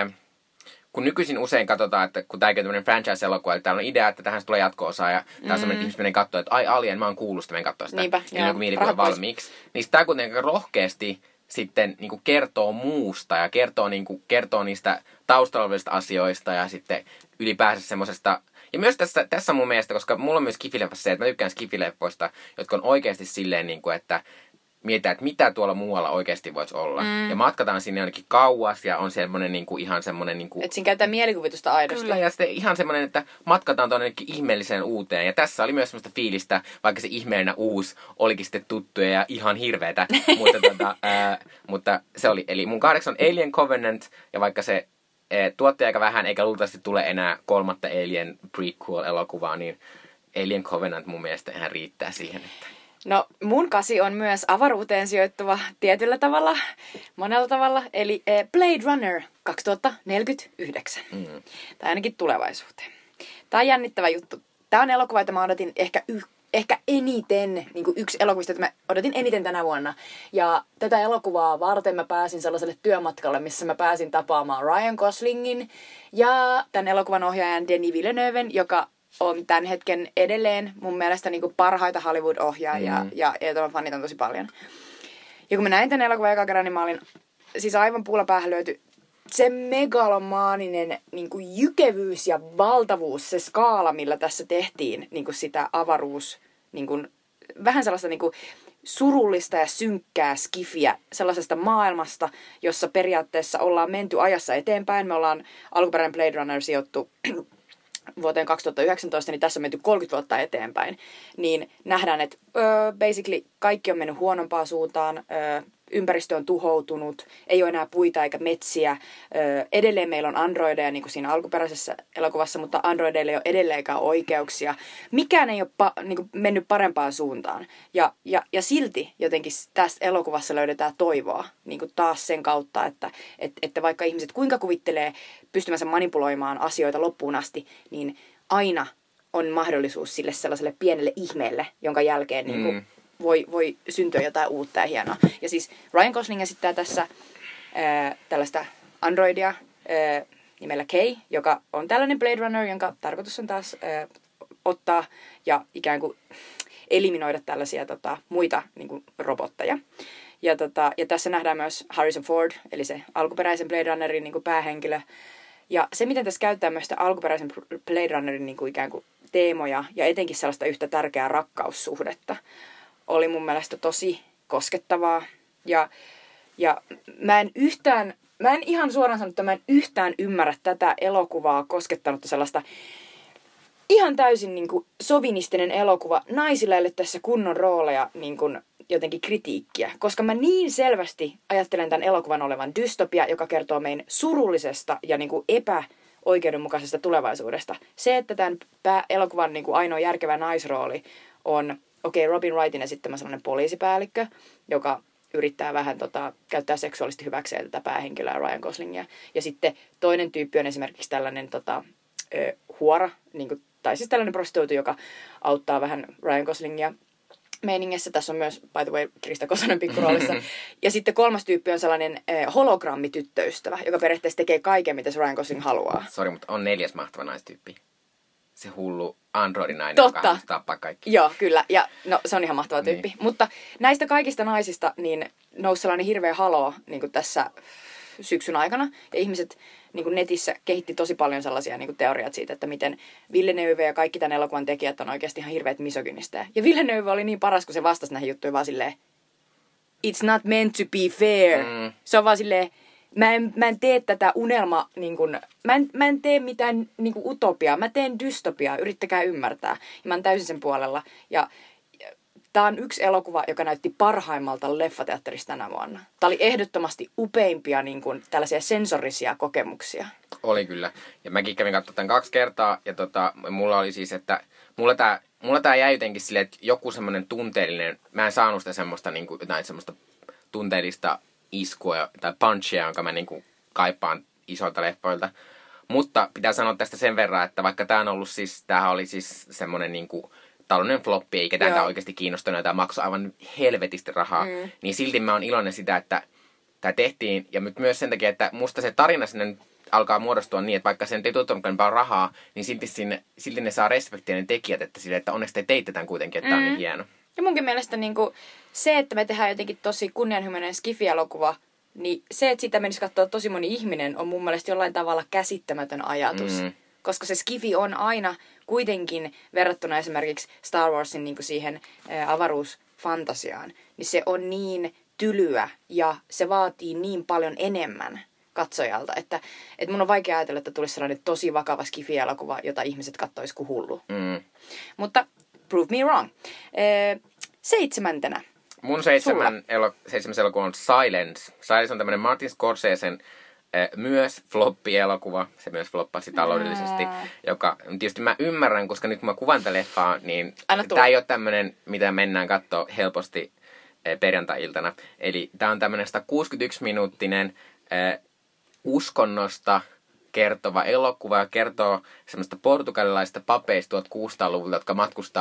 kun nykyisin usein katsotaan, että kun tämäkin on tämmöinen franchise-elokuva, että täällä on idea, että tähän tulee jatko-osa ja tää on semmoinen ihminen katsoo, että ai Alien, mä oon kuullut sitä, menen katsoa sitä. Niinpä, joo. Niin mielikuva valmiiksi. Niin tää kuitenkin rohkeasti sitten niin kertoo muusta ja kertoo niistä taustalla olevista asioista ja sitten ylipäänsä semmoisesta. Ja myös tässä mun mielestä, koska mulla on myös skifileffassa se, että mä tykkään skifileffoista, jotka on oikeasti silleen, niin kuin, että mietitään, että mitä tuolla muualla oikeasti voisi olla. Ja matkataan sinne jonnekin kauas ja on semmoinen ihan semmoinen... Että siinä käytetään mielikuvitusta aidosti. Kyllä, ja sitten ihan semmoinen, että matkataan tuonne ihmeelliseen uuteen. Ja tässä oli myös semmoista fiilistä, vaikka se ihmeellinen uusi olikin sitten tuttuja ja ihan hirveetä. mutta se oli, eli mun 8 on Alien Covenant, ja vaikka se tuotti aika vähän, eikä luultavasti tule enää 3. Alien prequel-elokuvaa, niin Alien Covenant mun mielestä ihan riittää siihen, että... No, mun 8 on myös avaruuteen sijoittuva tietyllä tavalla, monella tavalla, eli Blade Runner 2049. Tai ainakin tulevaisuuteen. Tämä on jännittävä juttu. Tämä on elokuva, jota mä odotin ehkä eniten, niin kuin yksi elokuvista, että mä odotin eniten tänä vuonna. Ja tätä elokuvaa varten mä pääsin sellaiselle työmatkalle, missä mä pääsin tapaamaan Ryan Goslingin ja tämän elokuvan ohjaajan Denis Villeneuven, joka on tämän hetken edelleen mun mielestä niin kuin parhaita Hollywood-ohjaajia ja jota mä fanitan tosi paljon. Ja kun mä näin tämän elokuvan eka kerran, niin mä olin siis aivan puulla päähän löyty se megalomaaninen niin kuin jykevyys ja valtavuus, se skaala, millä tässä tehtiin niin kuin sitä avaruus, niin kuin, vähän sellaista niin kuin surullista ja synkkää skifiä sellaisesta maailmasta, jossa periaatteessa ollaan menty ajassa eteenpäin. Me ollaan alkuperäinen Blade Runner sijoittu vuoteen 2019, niin tässä on menty 30 vuotta eteenpäin. Niin nähdään, että basically kaikki on mennyt huonompaan suuntaan. Ympäristö on tuhoutunut, ei ole enää puita eikä metsiä. Edelleen meillä on androideja, niin kuin siinä alkuperäisessä elokuvassa, mutta androideilla ei ole edelleenkään oikeuksia. Mikään ei ole niin kuin mennyt parempaan suuntaan. Ja silti jotenkin tässä elokuvassa löydetään toivoa niin kuin taas sen kautta, että vaikka ihmiset kuinka kuvittelee pystymänsä manipuloimaan asioita loppuun asti, niin aina on mahdollisuus sille sellaiselle pienelle ihmeelle, jonka jälkeen niin kuin voi syntyä jotain uutta ja hienoa. Ja siis Ryan Gosling esittää tässä tällaista androidia nimellä Kay, joka on tällainen Blade Runner, jonka tarkoitus on taas ottaa ja ikään kuin eliminoida tällaisia muita niin kuin robotteja. Ja tässä nähdään myös Harrison Ford, eli se alkuperäisen Blade Runnerin niin kuin päähenkilö. Ja se, miten tässä käyttää myös sitä alkuperäisen Blade Runnerin niin kuin ikään kuin teemoja ja etenkin sellaista yhtä tärkeää rakkaussuhdetta, oli mun mielestä tosi koskettavaa. Ja mä en ihan suoraan sanottuna, mä en yhtään ymmärrä tätä elokuvaa koskettanutta sellaista ihan täysin niin kuin sovinistinen elokuva. Naisilla ei ole tässä kunnon rooleja niin kuin jotenkin kritiikkiä, koska mä niin selvästi ajattelen tämän elokuvan olevan dystopia, joka kertoo meidän surullisesta ja niin kuin epäoikeudenmukaisesta tulevaisuudesta. Se, että tämän elokuvan niin kuin ainoa järkevä naisrooli on Robin Wrightin esittämä sellainen poliisipäällikkö, joka yrittää vähän käyttää seksuaalisesti hyväkseen tätä päähenkilöä Ryan Goslingia. Ja sitten toinen tyyppi on esimerkiksi tällainen huora, niin kuin, tai siis tällainen prostituoitu, joka auttaa vähän Ryan Goslingia meiningissä. Tässä on myös, by the way, Krista Kosonen pikkuroolissa. Ja sitten kolmas tyyppi on sellainen hologrammityttöystävä, joka periaatteessa tekee kaiken, mitä se Ryan Gosling haluaa. Sori, mutta on 4. mahtava naistyyppi. Se hullu androidinainen, joka haluaa tappaa kaikki. Joo, kyllä. Ja no, se on ihan mahtava tyyppi. Niin. Mutta näistä kaikista naisista niin nousi sellainen hirveä haloo niin kuin tässä syksyn aikana. Ja ihmiset niin kuin netissä kehitti tosi paljon sellaisia niin kuin teoriat siitä, että miten Villeneuve ja kaikki tämän elokuvan tekijät on oikeasti ihan hirveät misogynistejä. Ja Villeneuve oli niin paras, kun se vastasi näihin juttuihin vaan silleen, it's not meant to be fair. Se on vaan silleen, mä en tee tätä unelma, niin kuin, mä en tee mitään niin kuin utopiaa, mä teen dystopiaa, yrittäkää ymmärtää. Ja mä oon täysin sen puolella. Ja tää on yksi elokuva, joka näytti parhaimmalta leffateatterista tänä vuonna. Tää oli ehdottomasti upeimpia niin kuin, tällaisia sensorisia kokemuksia. Oli kyllä. Ja mäkin kävin katsomaan tämän 2 kertaa. Ja mulla oli siis, että mulla tää jäi jotenkin silleen, että joku semmonen tunteellinen, mä en saanut sitä semmoista, niin kuin, jotain semmoista tunteellista iskua tai punchia, jonka mä niin kuin kaipaan isolta leffoilta. Mutta pitää sanoa tästä sen verran, että vaikka tämähän oli siis semmoinen niin kuin taloudellinen floppi, eikä tätä oikeasti kiinnostanut, ja tämä maksoi aivan helvetisti rahaa, niin silti mä oon iloinen sitä, että tämä tehtiin. Ja myös sen takia, että musta se tarina sinne alkaa muodostua niin, että vaikka sen ei tuottanutkaan paljon rahaa, niin silti ne saa respektiä ne tekijät, että onneksi te teitte tämän kuitenkin, että tämä on niin hieno. Ja munkin mielestä niin kuin, se, että me tehdään jotenkin tosi kunnianhimoinen skifi-elokuva, niin se, että sitä menisi katsoa tosi moni ihminen, on mun mielestä jollain tavalla käsittämätön ajatus. Koska se skifi on aina kuitenkin verrattuna esimerkiksi Star Warsin niin kuin siihen avaruusfantasiaan, niin se on niin tylyä ja se vaatii niin paljon enemmän katsojalta, että mun on vaikea ajatella, että tulisi sellainen tosi vakava skifi-elokuva, jota ihmiset katsoisi kuin hullu. Mutta prove me wrong. 7. Mun 7. elokuva on Silence. Silence on tämmönen Martin Scorsesen myös floppielokuva. Se myös floppasi taloudellisesti. Joka tietysti mä ymmärrän, koska nyt kun mä kuvan tätä leffaa, niin tää ei ole tämmönen, mitä mennään kattoo helposti perjantai-iltana. Eli tää on tämmönen 161-minuuttinen uskonnosta kertova elokuva, ja kertoo semmoista portugalilaista papeista 1600-luvulta, jotka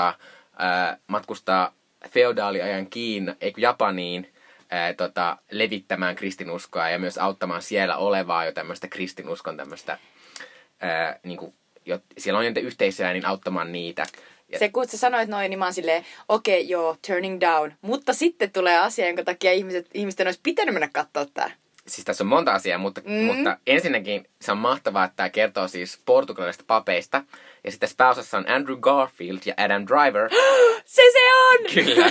matkustaa feodaaliajan Japaniin levittämään kristinuskoa ja myös auttamaan siellä olevaa jo tämmöistä kristinuskon tämmöistä, niinku, siellä on jotain yhteisöjä, niin auttamaan niitä. Se, kun sä sanoit noin, niin mä oon silleen, okei, joo, turning down. Mutta sitten tulee asia, jonka takia ihmisten olisi pitänyt mennä katsoa tää. Siis tässä on monta asiaa, mutta ensinnäkin se on mahtavaa, että tämä kertoo siis portugalilaisista papeista. Ja sitten pääosassa on Andrew Garfield ja Adam Driver. Se on! Kyllä.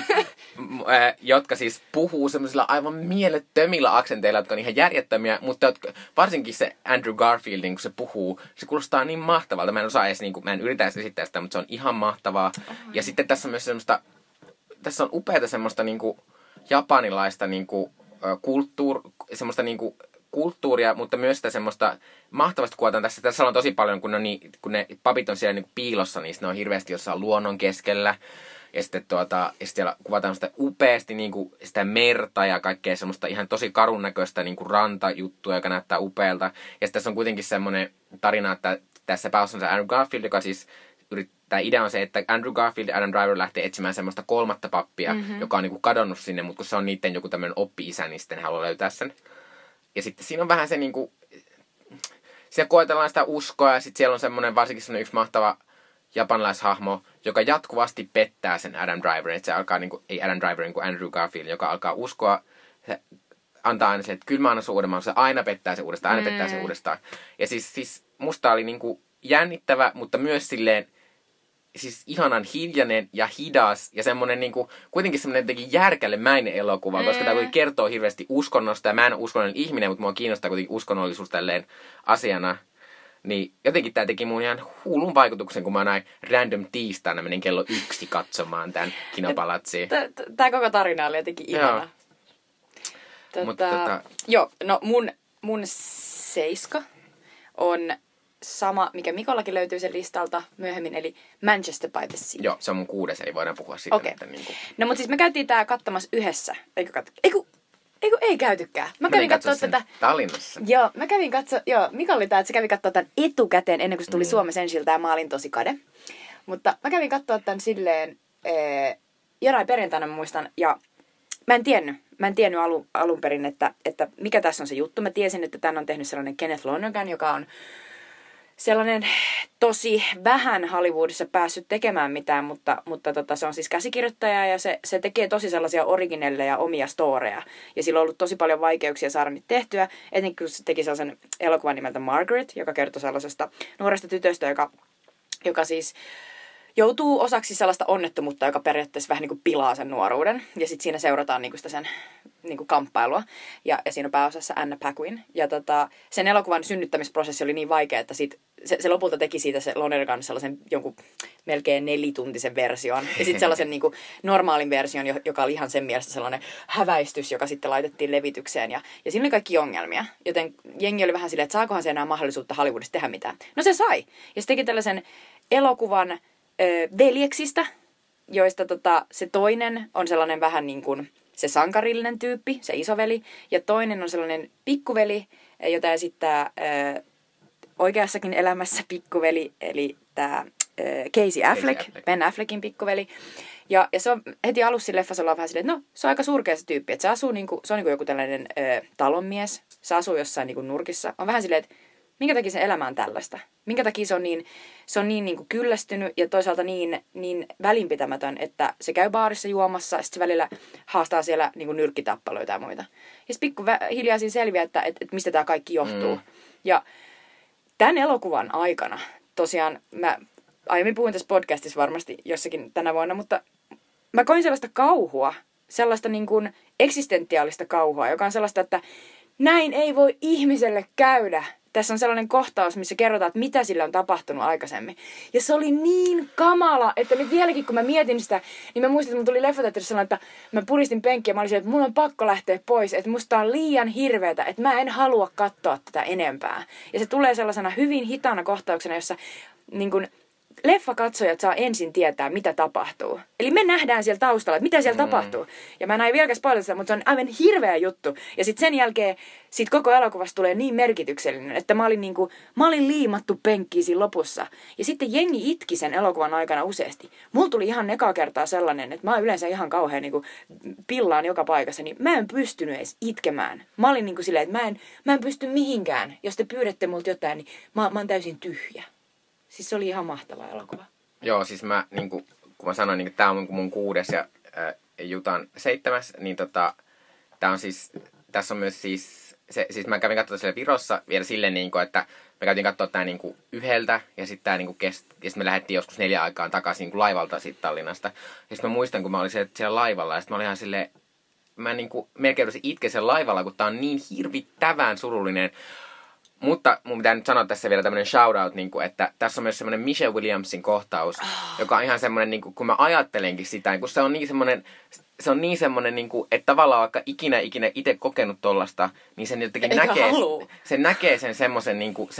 Jotka siis puhuu semmoisilla aivan mielettömillä aksenteilla, jotka on ihan järjettömiä. Mutta varsinkin se Andrew Garfield, kun se puhuu, se kuulostaa niin mahtavalta. Mä en yritä edes esittää sitä, mutta se on ihan mahtavaa. Ja sitten tässä on myös semmoista, tässä on upeata semmoista niinku japanilaista niinku semmoista niinku kulttuuria, mutta myös sitä semmoista mahtavasti kuvataan tässä. Tässä on tosi paljon, kun ne papit on siellä niinku piilossa, niin ne on hirveästi jossain luonnon keskellä. Ja sitten siellä kuvataan sitä upeasti niinku sitä merta ja kaikkea semmoista ihan tosi karun näköistä niinku rantajuttua, joka näyttää upealta. Ja sitten tässä on kuitenkin semmoinen tarina, että tässä pääosassa on Andrew Garfield, joka siis tämä idea on se, että Andrew Garfield ja Adam Driver lähtee etsimään semmoista kolmatta pappia, joka on niinku kadonnut sinne, mutta kun se on niiden joku tämmöinen oppi-isä, niin sitten he haluaa löytää sen. Ja sitten siinä on vähän se niinku, siellä koetellaan sitä uskoa ja sitten siellä on semmoinen, varsinkin semmoinen yksi mahtava japanilaishahmo, joka jatkuvasti pettää sen Adam Driverin. Että se alkaa niinku, ei Adam Driverin kuin Andrew Garfield, joka alkaa uskoa, se antaa aina se, että kyllä mä annan sun uudemman, se aina pettää se uudestaan. Ja siis musta oli niinku jännittävä, mutta myös silleen, siis ihanan hiljainen ja hidas ja semmoinen niinku, kuitenkin semmoinen jotenkin järkälemäinen elokuva, koska tämä kertoo hirveästi uskonnosta ja mä en ole uskonnollinen ihminen, mutta mua kiinnostaa kuitenkin uskonnollisuus tälleen asiana. Niin jotenkin tämä teki mun ihan hullun vaikutuksen, kun mä näin random tiistaina menin kello 1 katsomaan tämän Kinopalatsiin. Tämä koko tarina oli jotenkin ihana. Joo, no mun 7 on sama, mikä Mikollakin löytyy sen listalta myöhemmin, eli Manchester by the Sea. Joo, se on mun 6, eli voidaan puhua siitä. Okay. No mutta siis me käytiin tää katsomassa yhdessä. Ei käytykään. Mä kävin katsoa tätä Tallinnassa. Joo, Mika oli tää, että se kävi katsoa tän etukäteen ennen kuin se tuli Suomessa ensiltä ja mä olin tosi kade. Mutta mä kävin katsoa tän silleen jonain perjantaina mä muistan ja mä en tiennyt alun perin, että mikä tässä on se juttu. Mä tiesin, että tän on tehnyt sellainen Kenneth Lonergan, joka on sellainen tosi vähän Hollywoodissa päässyt tekemään mitään, mutta se on siis käsikirjoittaja ja se tekee tosi sellaisia originelleja omia storeja. Ja sillä on ollut tosi paljon vaikeuksia saada niitä tehtyä, etenkin kun se teki sellaisen elokuvan nimeltä Margaret, joka kertoi sellaisesta nuoresta tytöstä, joka siis joutuu osaksi sellaista onnettomuutta, joka periaatteessa vähän niin kuin pilaa sen nuoruuden. Ja sitten siinä seurataan niin kuin sitä sen niin kuin kamppailua. Ja siinä on pääosassa Anna Paquin. Ja sen elokuvan synnyttämisprosessi oli niin vaikea, että se lopulta teki siitä se Lonergan sellaisen jonkun melkein 4-tuntisen version. Ja sitten sellaisen niin kuin normaalin version, joka oli ihan sen mielestä sellainen häväistys, joka sitten laitettiin levitykseen. Ja siinä oli kaikki ongelmia. Joten jengi oli vähän silleen, että saakohan se enää mahdollisuutta Hollywoodissa tehdä mitään. No se sai. Ja se teki tällaisen elokuvan veljeksistä, joista se toinen on sellainen vähän niin kuin se sankarillinen tyyppi, se isoveli, ja toinen on sellainen pikkuveli, jota esittää oikeassakin elämässä pikkuveli, eli tämä Casey Affleck, Ben Affleckin pikkuveli. Ja se on heti alussa leffassa ollaan vähän silleen, että no, se on aika surkea se tyyppi, että se asuu se on joku tällainen talonmies, se asuu jossain niin nurkissa. On vähän silleen, että minkä takia se elämä on tällaista? Minkä takia se on niin kuin kyllästynyt ja toisaalta niin välinpitämätön, että se käy baarissa juomassa ja sitten se välillä haastaa siellä niin kuin nyrkkitappaloita ja muita. Ja sitten hiljaa siinä selviää, että mistä tämä kaikki johtuu. Ja tämän elokuvan aikana, tosiaan, mä aiemmin puhuin tässä podcastissa varmasti jossakin tänä vuonna, mutta mä koin sellaista kauhua, sellaista niin kuin eksistentiaalista kauhua, joka on sellaista, että näin ei voi ihmiselle käydä. tässä on sellainen kohtaus, missä kerrotaan, että mitä sille on tapahtunut aikaisemmin. Ja se oli niin kamala, että nyt vieläkin kun mä mietin sitä, niin mä muistin, että mun tuli leffateatterissa sellainen, että mä puristin penkkiä ja mä olisin, että mun on pakko lähteä pois, että musta on liian hirveetä, että mä en halua katsoa tätä enempää. Ja se tulee sellaisena hyvin hitaana kohtauksena, jossa niin kun, leffakatsojat saa ensin tietää, mitä tapahtuu. Eli me nähdään siellä taustalla, että mitä siellä tapahtuu. Ja mä näin vieläkään spoilata sitä, mutta se on aivan hirveä juttu. Ja sitten sen jälkeen siitä koko elokuvasta tulee niin merkityksellinen, että mä olin liimattu penkkiin siinä lopussa. Ja sitten jengi itki sen elokuvan aikana useasti. Mulla tuli ihan ekaa kertaa sellainen, että mä oon yleensä ihan kauhean niin kuin pillaan joka paikassa, niin mä en pystynyt edes itkemään. Mä olin niin kuin silleen, että mä en pysty mihinkään. Jos te pyydätte multa jotain, niin mä oon täysin tyhjä. Siis se oli ihan mahtava elokuva. Joo, siis mä, niin kun mä sanoin, niin tää on mun 6. ja Jutan 7. Niin tää on siis, tässä on myös siis mä kävin katsoa siellä Virossa vielä silleen, niin kuin, että me käytiin katsoa tää niin kuin 1 ja sitten tää niin kuin ja sit me lähdettiin joskus 4 aikaan takaisin niin kuin laivalta siitä Tallinnasta. Ja sitten mä muistan, kun mä olin siellä laivalla ja sitten mä olin ihan silleen, mä niin kuin melkein yritin itkeä siellä laivalla, kun tää on niin hirvittävän surullinen. Mutta mun pitää nyt sanoa tässä vielä tämmönen shoutout, niin kuin, että tässä on myös semmoinen Michelle Williamsin kohtaus, joka on ihan semmoinen, niin kuin, kun mä ajattelenkin sitä, kun se on niin semmoinen, niin kuin, että tavallaan vaikka ikinä itse kokenut tollasta, niin sen jotenkin näkee sen semmoisen, niin kuin,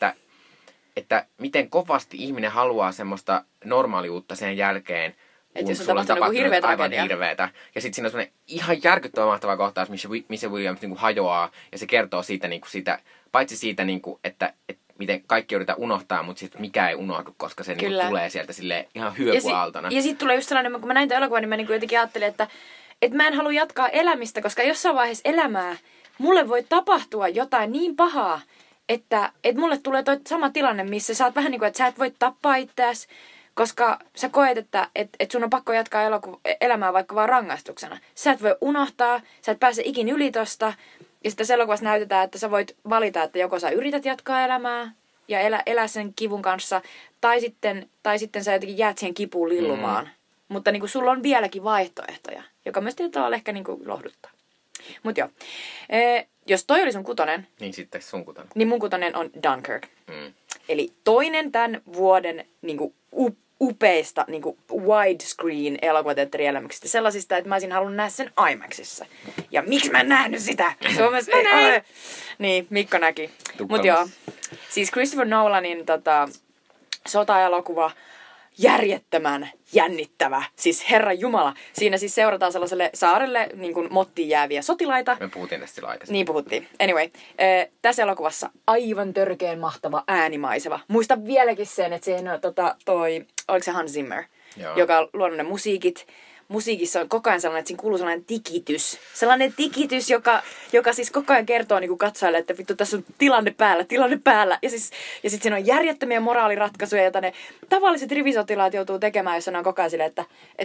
että miten kovasti ihminen haluaa semmoista normaaliutta sen jälkeen, että jos on tapahtunut aivan hirveetä. Ja sitten siinä on semmoinen ihan järkyttävä mahtava kohtaus, missä Michelle Williams niin kuin hajoaa, ja se kertoo siitä, niin kuin sitä, paitsi siitä, niin kuin, että miten kaikki yritetään unohtaa, mutta sitten mikä ei unohdu, koska se niin kuin, tulee sieltä silleen ihan hyökyaaltona. Ja sitten tulee just sellainen, kun mä näin tämän elokuvan, niin mä niin kuin jotenkin ajattelin, että mä en halua jatkaa elämistä, koska jossain vaiheessa elämää mulle voi tapahtua jotain niin pahaa, että mulle tulee toi sama tilanne, missä sä oot vähän niin kuin, että sä et voi tappaa itseäsi, koska sä koet, että sun on pakko jatkaa elämää vaikka vaan rangaistuksena. Sä et voi unohtaa, sä et pääse ikin yli tosta. Ja sitten tässä elokuvassa näytetään, että sä voit valita, että joko sä yrität jatkaa elämää ja elää sen kivun kanssa, tai sitten sä jotenkin jäät siihen kipuun lillumaan. Mutta niin kuin sulla on vieläkin vaihtoehtoja, joka myös tietyllä tavalla ehkä niin kuin lohduttaa. Mut joo. Jos toi oli sun 6. Niin sitten sun 6. Niin mun 6 on Dunkirk. Eli toinen tämän vuoden niin kuin upeista niin kuin widescreen elokuvateatterielämyksistä. Sellaisista, että mä olisin halunnut nähdä sen IMAXissa. Ja miksi mä en nähnyt sitä? Suomessa ei ole. Niin, Mikko näki. Mut joo. Siis Christopher Nolanin sota-elokuva, järjettömän jännittävä. Siis Herran Jumala. Siinä siis seurataan sellaiselle saarelle niin kuin mottiin jääviä sotilaita. Me puhuttiin tästä sillä aikaisemmin. Niin puhuttiin. Anyway, tässä elokuvassa aivan törkeen mahtava äänimaiseva. Muistan vieläkin sen, että siinä on oliko se Hans Zimmer, joka on luonut ne musiikit. Musiikissa on koko ajan sellainen, että siinä kuuluu sellainen tikitys. Sellainen tikitys, joka siis koko ajan kertoo niin kuin katsojalle, että vittu tässä on tilanne päällä. Ja sitten siinä on järjettömiä moraaliratkaisuja, joita ne tavalliset rivisotilaat joutuu tekemään, jos ne on koko ajan silleen,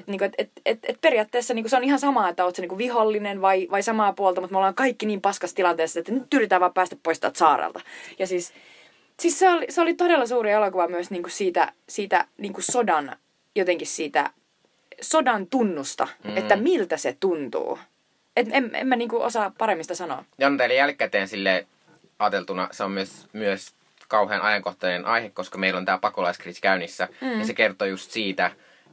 että periaatteessa niin kuin se on ihan sama, että oot se niin kuin vihollinen vai samaa puolta, mutta me ollaan kaikki niin paskassa tilanteessa, että nyt yritetään vaan päästä pois täältä saarelta. Ja siis se oli todella suuri elokuva myös niin kuin siitä niin kuin sodan, jotenkin siitä sodan tunnusta, että miltä se tuntuu. En mä niinku osaa paremmin sitä sanoa. Ja teille jälkikäteen silleen ajateltuna se on myös kauhean ajankohtainen aihe, koska meillä on tää pakolaiskriisi käynnissä. Ja se kertoo just siitä,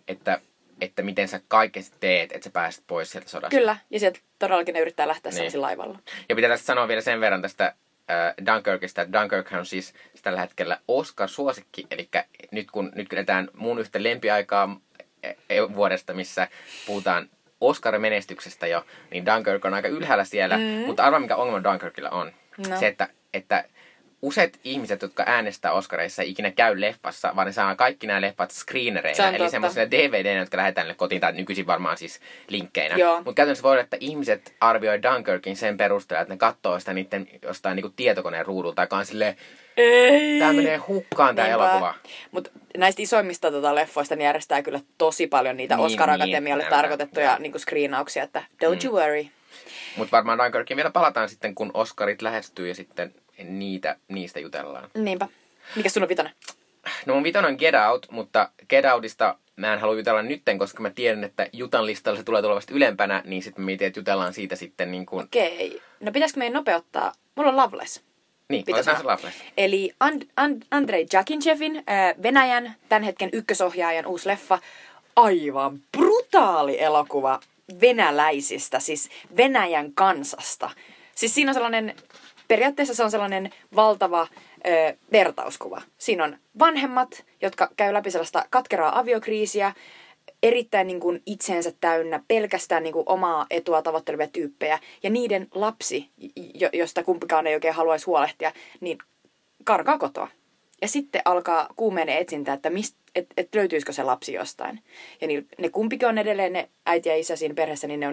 että miten sä kaikesti teet, että sä pääset pois sieltä sodasta. Kyllä, ja sieltä todellakin ne yrittää lähteä niin laivalla. Ja pitää tästä sanoa vielä sen verran tästä Dunkirkista, että Dunkirk on siis tällä hetkellä Oscar-suosikki. Eli nyt kun edetään mun yhtä lempiaikaa vuodesta, missä puhutaan Oscar-menestyksestä jo, niin Dunkirk on aika ylhäällä siellä. Mutta arvaa, mikä ongelma Dunkirkilla on. No. Se, että useat ihmiset, jotka äänestää Oscareissa, ei ikinä käy leffassa, vaan ne saa kaikki nämä leffat screenereina. Eli semmoisilla DVD-nä, jotka lähetään kotiin, tai nykyisin varmaan siis linkkeinä. Mutta käytännössä voi olla, että ihmiset arvioi Dunkirkin sen perusteella, että ne katsoo sitä niiden jostain niinku tietokoneen ruudulta, joka on silleen, tää menee hukkaan tää elokuva. Mutta näistä isoimmista leffoista niin järjestää kyllä tosi paljon niitä Oscar-akatemialle tarkoitettuja niinku screenauksia, että don't you worry. Mutta varmaan Dunkirkin vielä palataan sitten, kun Oscarit lähestyy ja sitten niistä jutellaan. Niinpä. Mikäs sun on 5? No mun 5 on Get Out, mutta Get Outista mä en halua jutella nytten, koska mä tiedän, että Jutan listalla se tulee tulevasti ylempänä, niin sitten mä mietin, että jutellaan siitä sitten niin kuin... Okei. No pitäisikö meidän nopeuttaa? Mulla on Loveless. Niin, pitäisi otetaan se sanoa. Loveless. Eli Andrei Jakinchevin, Venäjän tämän hetken ykkösohjaajan uusi leffa. Aivan brutaali elokuva venäläisistä, siis Venäjän kansasta. Siis siinä on sellainen, periaatteessa se on sellainen valtava vertauskuva. Siinä on vanhemmat, jotka käy läpi sellaista katkeraa aviokriisiä, erittäin niin kuin itseensä täynnä, pelkästään niin kuin omaa etua tavoittelevia tyyppejä. Ja niiden lapsi, josta kumpikaan ei oikein haluaisi huolehtia, niin karkaa kotoa. Ja sitten alkaa kuumeinen etsintä, että et löytyisikö se lapsi jostain. Ja ne kumpikin on edelleen, ne äiti ja isä siinä perheessä, niin ne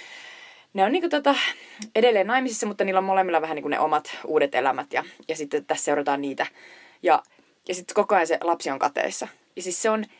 on edelleen naimisissa, mutta niillä on molemmilla vähän niin kuin ne omat uudet elämät. Ja sitten tässä seurataan niitä. Ja sitten koko ajan se lapsi on kateissa. Ja siis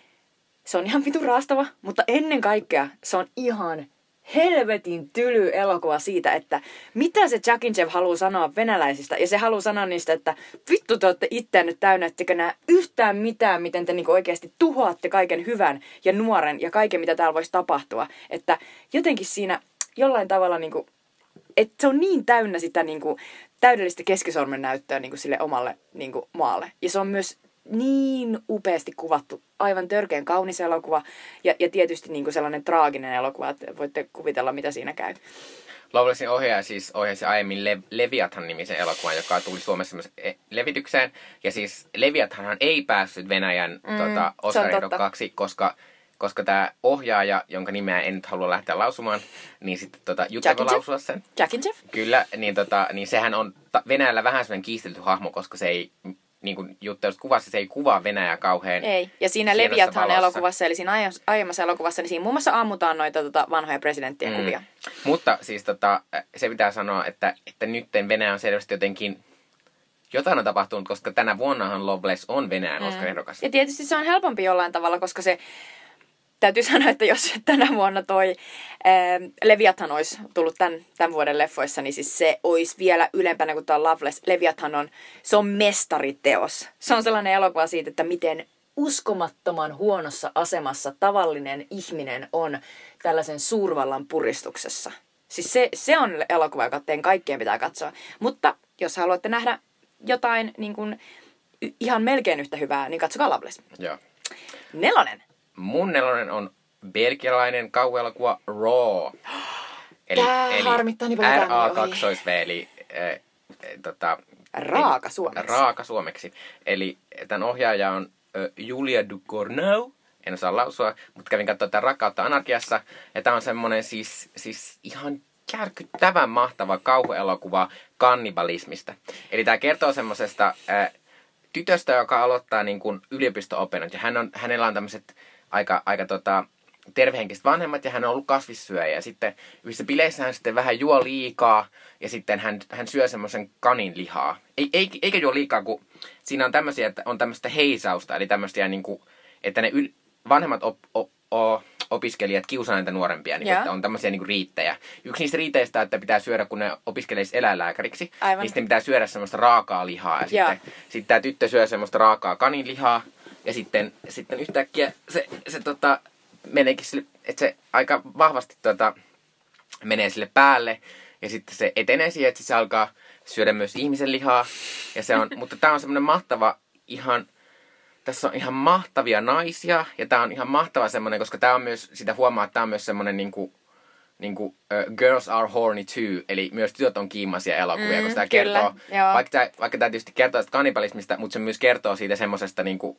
se on ihan vitun raastava, mutta ennen kaikkea se on ihan helvetin tyly elokuva siitä, että mitä se Jakinchev haluaa sanoa venäläisistä. Ja se haluaa sanoa niistä, että vittu te olette itseään nyt täynnä, ettekä näe yhtään mitään, miten te niinku oikeasti tuhoatte kaiken hyvän ja nuoren ja kaiken, mitä täällä voisi tapahtua. Että jotenkin siinä jollain tavalla, niinku, että se on niin täynnä sitä niinku, täydellistä keskisormen näyttöä niinku, sille omalle niinku, maalle. Ja se on myös niin upeasti kuvattu, aivan törkeän kaunis elokuva ja tietysti niin kuin sellainen traaginen elokuva, että voitte kuvitella, mitä siinä käy. Lovelessin ohjaaja siis ohjasi aiemmin Leviathan-nimisen elokuvan, joka tuli Suomessa levitykseen. Ja siis Leviathanhan ei päässyt Venäjän Oscar-ehdokkaaksi, koska tämä ohjaaja, jonka nimeä en nyt halua lähteä lausumaan, niin sitten Jutta voi lausua sen. Jakinchev? Kyllä, niin sehän on Venäjällä vähän sellainen kiistelty hahmo, koska se ei, niin kuin Jutta just kuvasi, se ei kuvaa Venäjää kauhean. Ei, ja siinä Leviathan-elokuvassa, eli siinä aiemmassa elokuvassa, niin siinä muun muassa ammutaan noita vanhoja presidenttien kuvia. Mutta siis se pitää sanoa, että nyt Venäjä on selvästi jotenkin, jotain on tapahtunut, koska tänä vuonnahan Loveless on Venäjän Oscar-ehdokas. Ja tietysti se on helpompi jollain tavalla, koska se täytyy sanoa, että jos tänä vuonna toi Leviathan olisi tullut tämän vuoden leffoissa, niin siis se olisi vielä ylempänä kuin tuo Loveless. Leviathan se on mestariteos. Se on sellainen elokuva siitä, että miten uskomattoman huonossa asemassa tavallinen ihminen on tällaisen suurvallan puristuksessa. Siis se on elokuva, joka teidän kaikkien pitää katsoa. Mutta jos haluatte nähdä jotain niin kuin ihan melkein yhtä hyvää, niin katsokaa Loveless. Joo. 4. Mun 4 on belgialainen kauhuelokuva Raw. Tää harmittaa niin paljon RA2V, eli Raaka suomeksi. Raaka suomeksi. Eli tämän ohjaaja on Julia Ducournau. En osaa lausua, mutta kävin katsoa tämän Rakkautta anarkiassa. Ja tää on semmonen siis ihan järkyttävän mahtava kauhuelokuva kannibalismista. Eli tää kertoo semmosesta tytöstä, joka aloittaa niin kuin yliopisto-opinnot. Ja hänellä on tämmöiset aika tervehenkiset vanhemmat ja hän on ollut kasvissyöjä. Ja sitten yhdessä bileissä hän sitten vähän juo liikaa ja sitten hän syö semmoisen kanin lihaa. Eikä juo liikaa, kun siinä on tämmöisiä, että on tämmöistä heisausta. Eli tämmöisiä, niin kuin, että ne vanhemmat opiskelijat kiusaa näitä nuorempia. Niin, että on tämmöisiä niin kuin riittejä. Yksi niistä riiteistä, että pitää syödä, kun ne opiskelisi eläinlääkäriksi. Aivan. Niin sitten pitää syödä semmoista raakaa lihaa. Ja sitten tämä tyttö syö semmoista raakaa kaninlihaa. Ja sitten yhtäkkiä se meneekin sille, että se aika vahvasti menee sille päälle. Ja sitten se etenee siihen, että se alkaa syödä myös ihmisen lihaa. Ja se on, mutta tämä on semmoinen mahtava tässä on ihan mahtavia naisia. Ja tämä on ihan mahtava semmoinen, koska tämä on myös, sitä huomaa, että tämä on myös semmoinen Girls Are Horny Too. Eli myös tytöt on kiimaisia elokuvia, koska tämä kertoo, vaikka tämä tietysti kertoo tästä kannibalismista, mutta se myös kertoo siitä semmoisesta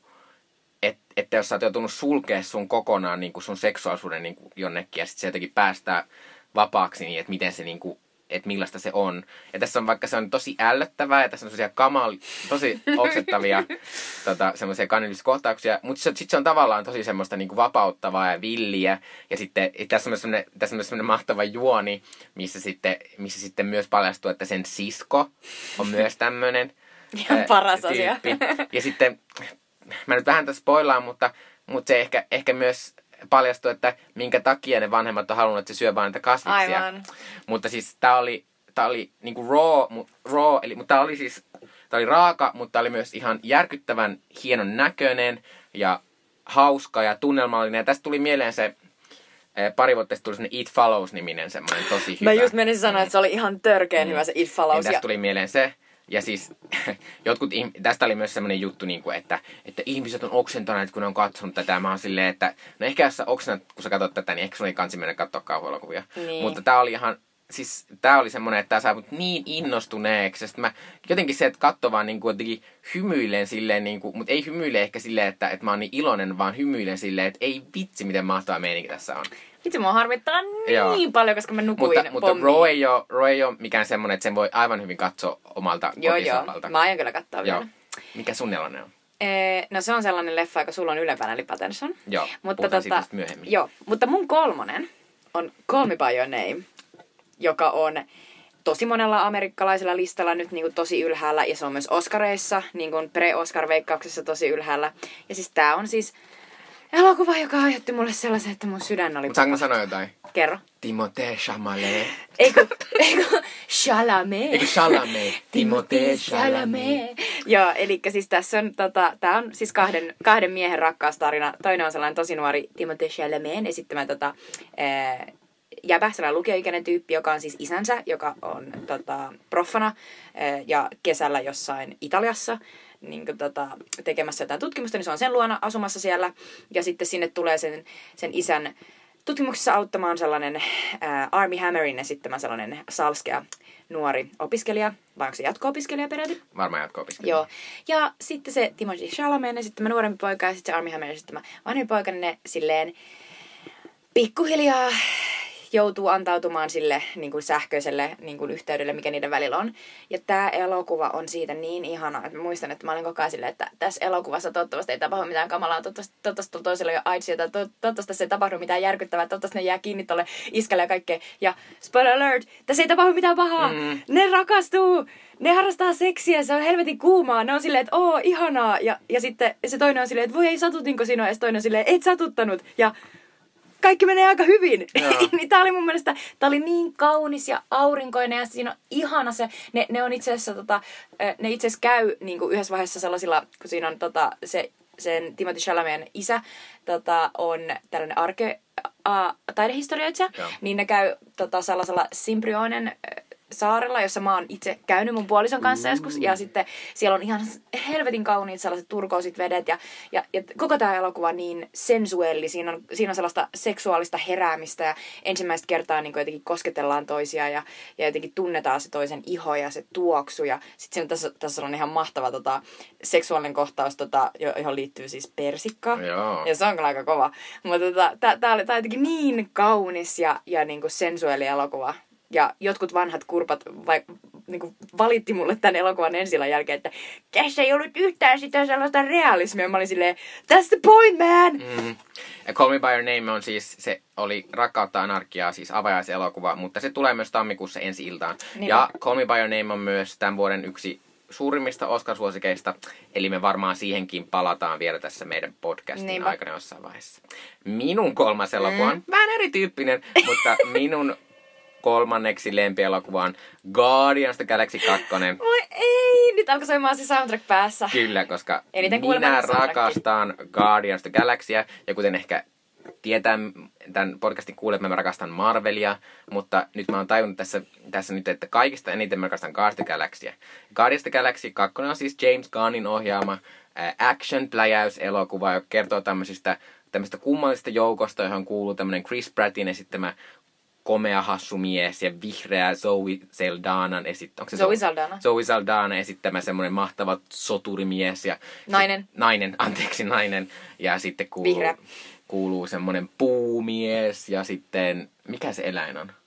että jos sä oot joutunut sulkea sun kokonaan niin kuin sun seksuaalisuuden niin kuin jonnekin ja sitten se jotenkin päästää vapaaksi niin, että miten se niin kuin, että millaista se on. Ja tässä on, vaikka se on tosi ällöttävää ja tässä on sellaisia tosi oksettavia semmoisia kannibaliskohtauksia, mutta sitten se on tavallaan tosi semmoista niin kuin vapauttavaa ja villiä. Ja sitten tässä on semmoinen mahtava juoni, missä sitten myös paljastuu, että sen sisko on myös tämmöinen ihan paras asia. Ja sitten mä nyt vähän tässä spoilaan, mutta se ehkä myös paljastui, että minkä takia ne vanhemmat on halunnut, että se syö vain näitä kasviksia. Aivan. Mutta siis tää oli niinku raw, mutta tää oli raaka, mutta tää oli myös ihan järkyttävän hienon näköinen ja hauska ja tunnelmallinen. Ja tästä tuli mieleen se, pari vuotta sitten tuli semmoinen It Follows-niminen semmoinen tosi hyvä. Mä just menisin sanoa, että se oli ihan törkeen hyvä se It Follows. Tästä tuli mieleen se. Ja siis tästä oli myös semmoinen juttu, niin kuin, että ihmiset on oksentaneet, kun ne on katsonut tätä. Mä oon silleen, että no ehkä jos sä oksennat, kun sä katsot tätä, niin ehkä sun ei kansi mennä katsoa kauhuelokuvia. Niin. Mutta tää oli ihan, siis tää oli semmoinen, että tää sai mut niin innostuneeksi. Ja sit mä jotenkin se, että katso vaan niin kuin jotenkin hymyilen silleen, niin kuin, mutta ei hymyile ehkä silleen, että mä oon niin iloinen, vaan hymyilen silleen, että ei vitsi, miten mahtava meininki tässä on. Vitsi, mua harmittaa niin paljon, koska mä nukuin Mutta Roe ei ole mikään semmoinen, että sen voi aivan hyvin katsoa omalta kotisohvalta. Mä aion kyllä katsoa vielä. Mikä sun nelonen on? No se on sellainen leffa, joka sulla on ylempänä, eli Patterson. Joo, puhutaan siitä myöhemmin. Joo, mutta mun kolmonen on Call Me By Your Name, joka on tosi monella amerikkalaisella listalla nyt niin kuin tosi ylhäällä, ja se on myös Oscareissa, niin kuin pre-Oscar-veikkauksessa tosi ylhäällä. Ja siis tää on siis elokuva, joka aiheutti mulle sellaisen, että mun sydän oli... Mutta saanko sanoa jotain? Kerro. Timothée Chalamet. Eikö Chalamet? Eikö Chalamet? Timothée Chalamet. Joo, eli siis tässä on, tää on siis kahden miehen rakkaustarina. Toinen on sellainen tosi nuori Timothée Chalamet esittämä jäbä, sellainen lukioikäinen tyyppi, joka on siis isänsä, joka on proffana ja kesällä jossain Italiassa niin kuin, tekemässä jotain tutkimusta, niin se on sen luona asumassa siellä. Ja sitten sinne tulee sen isän tutkimuksessa auttamaan sellainen Armie Hammerin esittämä sellainen salskea nuori opiskelija, vai onko se jatko-opiskelija peräti? Varmaan jatko-opiskelija. Joo. Ja sitten se Timothée Chalamet esittämä nuorempi poika ja sitten se Armie Hammer esittämä vanhempi poika, niin ne silleen pikkuhiljaa joutuu antautumaan sille niin kuin sähköiselle niin kuin yhteydelle, mikä niiden välillä on. Ja tämä elokuva on siitä niin ihana, että mä muistan, että mä olin koko ajan silleen, että tässä elokuvassa toivottavasti ei tapahdu mitään kamalaa, toivottavasti toisella ei ole AIDSia, tai toivottavasti tässä ei tapahdu mitään järkyttävää, toivottavasti ne jää kiinni tolle iskälle ja kaikkea. Ja spoiler alert, tässä ei tapahdu mitään pahaa, ne rakastuu, ne harrastaa seksiä, se on helvetin kuumaa, ne on silleen, että ihanaa, ja sitten se toinen on silleen, että voi ei satutinko sinua, ja se toinen on silleen, et satuttanut, ja kaikki menee aika hyvin. Niin tää oli mun mielestä, tää oli niin kaunis ja aurinkoinen ja siinä on ihana se, ne on itse asiassa, ne itse asiassa käy niin kuin yhdessä vaiheessa sellaisilla, kun siinä on sen Timothée Chalametin isä on tällainen taidehistorioitsija, niin ne käy sellaisella Simbrionen saarella, jossa mä oon itse käynyt mun puolison kanssa joskus, ja sitten siellä on ihan helvetin kauniit sellaiset turkoosit vedet, ja koko tää elokuva on niin sensuelli, siinä on sellaista seksuaalista heräämistä, ja ensimmäistä kertaa niin jotenkin kosketellaan toisia, ja jotenkin tunnetaan se toisen iho ja se tuoksu, ja sitten tässä on ihan mahtava seksuaalinen kohtaus, johon liittyy siis persikka, ja se on kyllä aika kova, mutta tää oli jotenkin niin kaunis ja niin kuin sensuelli elokuva. Ja jotkut vanhat kurpat niin valitti mulle tämän elokuvan ensillan jälkeen, että tässä ei ollut yhtään sitä sellaista realismia. Mä olin silleen, that's the point, man! Ja Call Me By Your Name on siis, se oli Rakkautta anarkiaa, siis avajaiselokuva, mutta se tulee myös tammikuussa ensi iltaan. Niin. Ja Call Me By Your Name on myös tämän vuoden yksi suurimmista Oscar-suosikeista, eli me varmaan siihenkin palataan vielä tässä meidän podcastin aikana jossain vaiheessa. Minun kolmas elokuva on vähän erityyppinen, mutta minun kolmanneksi lempielokuva on Guardians of the Galaxy 2. Voi ei! Nyt alkoi soimaan se soundtrack päässä. Kyllä, koska minä rakastan Guardians of the Galaxyä. Ja kuten ehkä tietää tämän podcastin kuulijat, mä rakastan Marvelia. Mutta nyt mä oon tajunnut tässä nyt, että kaikista eniten mä rakastan Guardians of the Galaxyä. Guardians of the Galaxy 2 on siis James Gunnin ohjaama action-pläjäyselokuva, joka kertoo tämmöistä kummallisesta joukosta, johon kuuluu tämmöinen Chris Prattin esittämä komea hassu mies ja vihreä Zoe Saldanan Zoe Saldana esittämä semmoinen mahtava soturimies ja nainen ja sitten kuuluu semmoinen puumies ja sitten mikä se eläin on?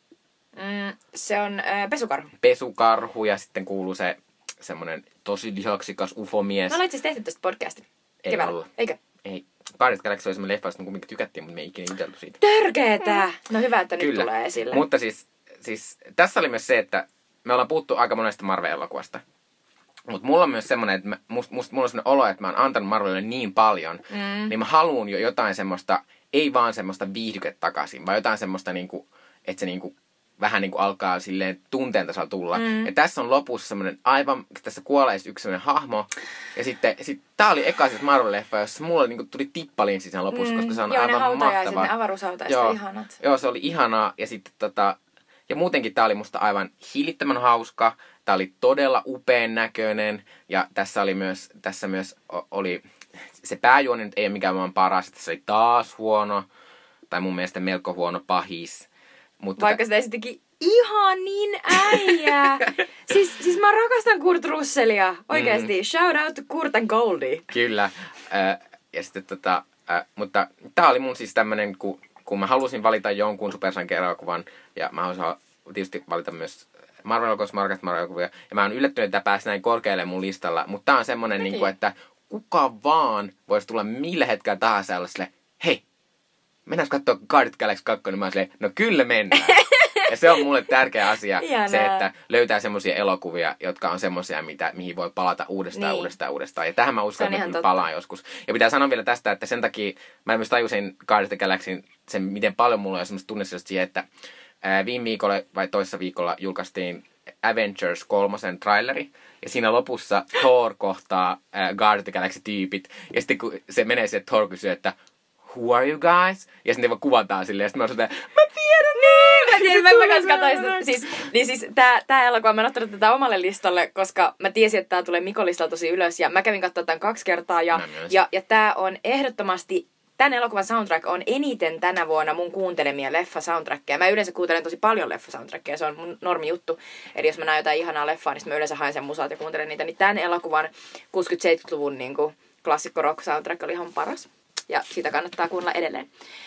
Se on pesukarhu ja sitten kuuluu se semmoinen tosi lihaksikas ufomies. Me ollaan itse asiassa tehty tästä podcastin keväällä, eikö? Ei. Guardians of the Galaxy oli semmoinen leffa, josta me kumminkin tykättiin, mutta me ei ikinä juteltu siitä. Törkeetä! No hyvä, että Kyllä. Nyt tulee esille. Mutta siis tässä oli myös se, että me ollaan puhuttu aika monesta Marvel-elokuvasta. Mutta mulla on myös semmoinen, että mulla on semmoinen olo, että mä oon antanut Marvelille niin paljon, niin mä haluun jo jotain semmoista, ei vaan semmoista viihdykettä takaisin, vaan jotain semmoista, niinku, että se niinku, vähän niinku alkaa silleen tunteen tasolla tulla. Ja tässä on lopussa semmoinen aivan, tässä kuolee yksi semmoinen hahmo. Ja sitten tää oli eka siis Marvel-leffa, jossa mulla niinku tuli tippalinssi siinä lopussa, koska se on aivan mahtava. Ne avaruusautajaiset, ihanat. Joo, se oli ihanaa. Ja sitten Ja muutenkin tää oli musta aivan hillittömän hauska. Tää oli todella upean näköinen. Ja tässä myös oli... Se pääjuoni nyt ei ole mikään vaan paras. Tässä oli taas huono. Tai mun mielestä melko huono pahis. Mutta Vaikka sitä esittikin ihan niin äijää. siis mä rakastan Kurt Russellia. Oikeesti. Shout out to Kurt and Goldie. Kyllä. Ja sitten mutta tää oli mun siis tämmönen, kun mä halusin valita jonkun supersankarielokuvan, ja mä halusin tietysti valita myös Marvel-elokuvia, ja mä oon yllättynyt, että pääsi näin korkealle mun listalla, mutta tää on semmonen, niin kuin, että kuka vaan voisi tulla millä hetkellä tahansa olla silleen, hei, mennään katsoa Guardians Galaxy 2, niin mä oon silleen, no kyllä mennään. Ja se on mulle tärkeä asia, se, että löytää semmosia elokuvia, jotka on semmosia, mihin voi palata uudestaan. Ja tähän mä uskon, että mä palaan joskus. Ja pitää sanoa vielä tästä, että sen takia mä myös tajusin Guardians Galaxyn sen, miten paljon mulla on semmoista tunnesilta siihen, että viime viikolla vai toissa viikolla julkaistiin Avengers 3 traileri. Ja siinä lopussa Thor kohtaa Guardians Galaxy-tyypit. Ja sitten kun se menee siihen, Thor kysyy, että who are you guys? Ja sitten vaan kuvataan silleen. Ja sitten mä oon silleen, mä tiedän niin! Mä kans katsoin siis tää elokuva, mä en ottanut tätä omalle listalle, koska mä tiesin, että tää tulee Mikon listalla tosi ylös. Ja mä kävin katsoa tämän 2 kertaa. Ja tää on ehdottomasti... Tän elokuvan soundtrack on eniten tänä vuonna mun kuuntelemia leffa-soundtrackeja. Mä yleensä kuuntelen tosi paljon leffa-soundtrackeja, se on mun normijuttu. Eli jos mä näen jotain ihanaa leffaa, niin mä yleensä haen sen musaat ja kuuntelen niitä. Niin tän elokuvan 60-70-luvun niin klassikko rock soundtrack oli ihan paras. Ja siitä kannattaa kuunnella edelleen.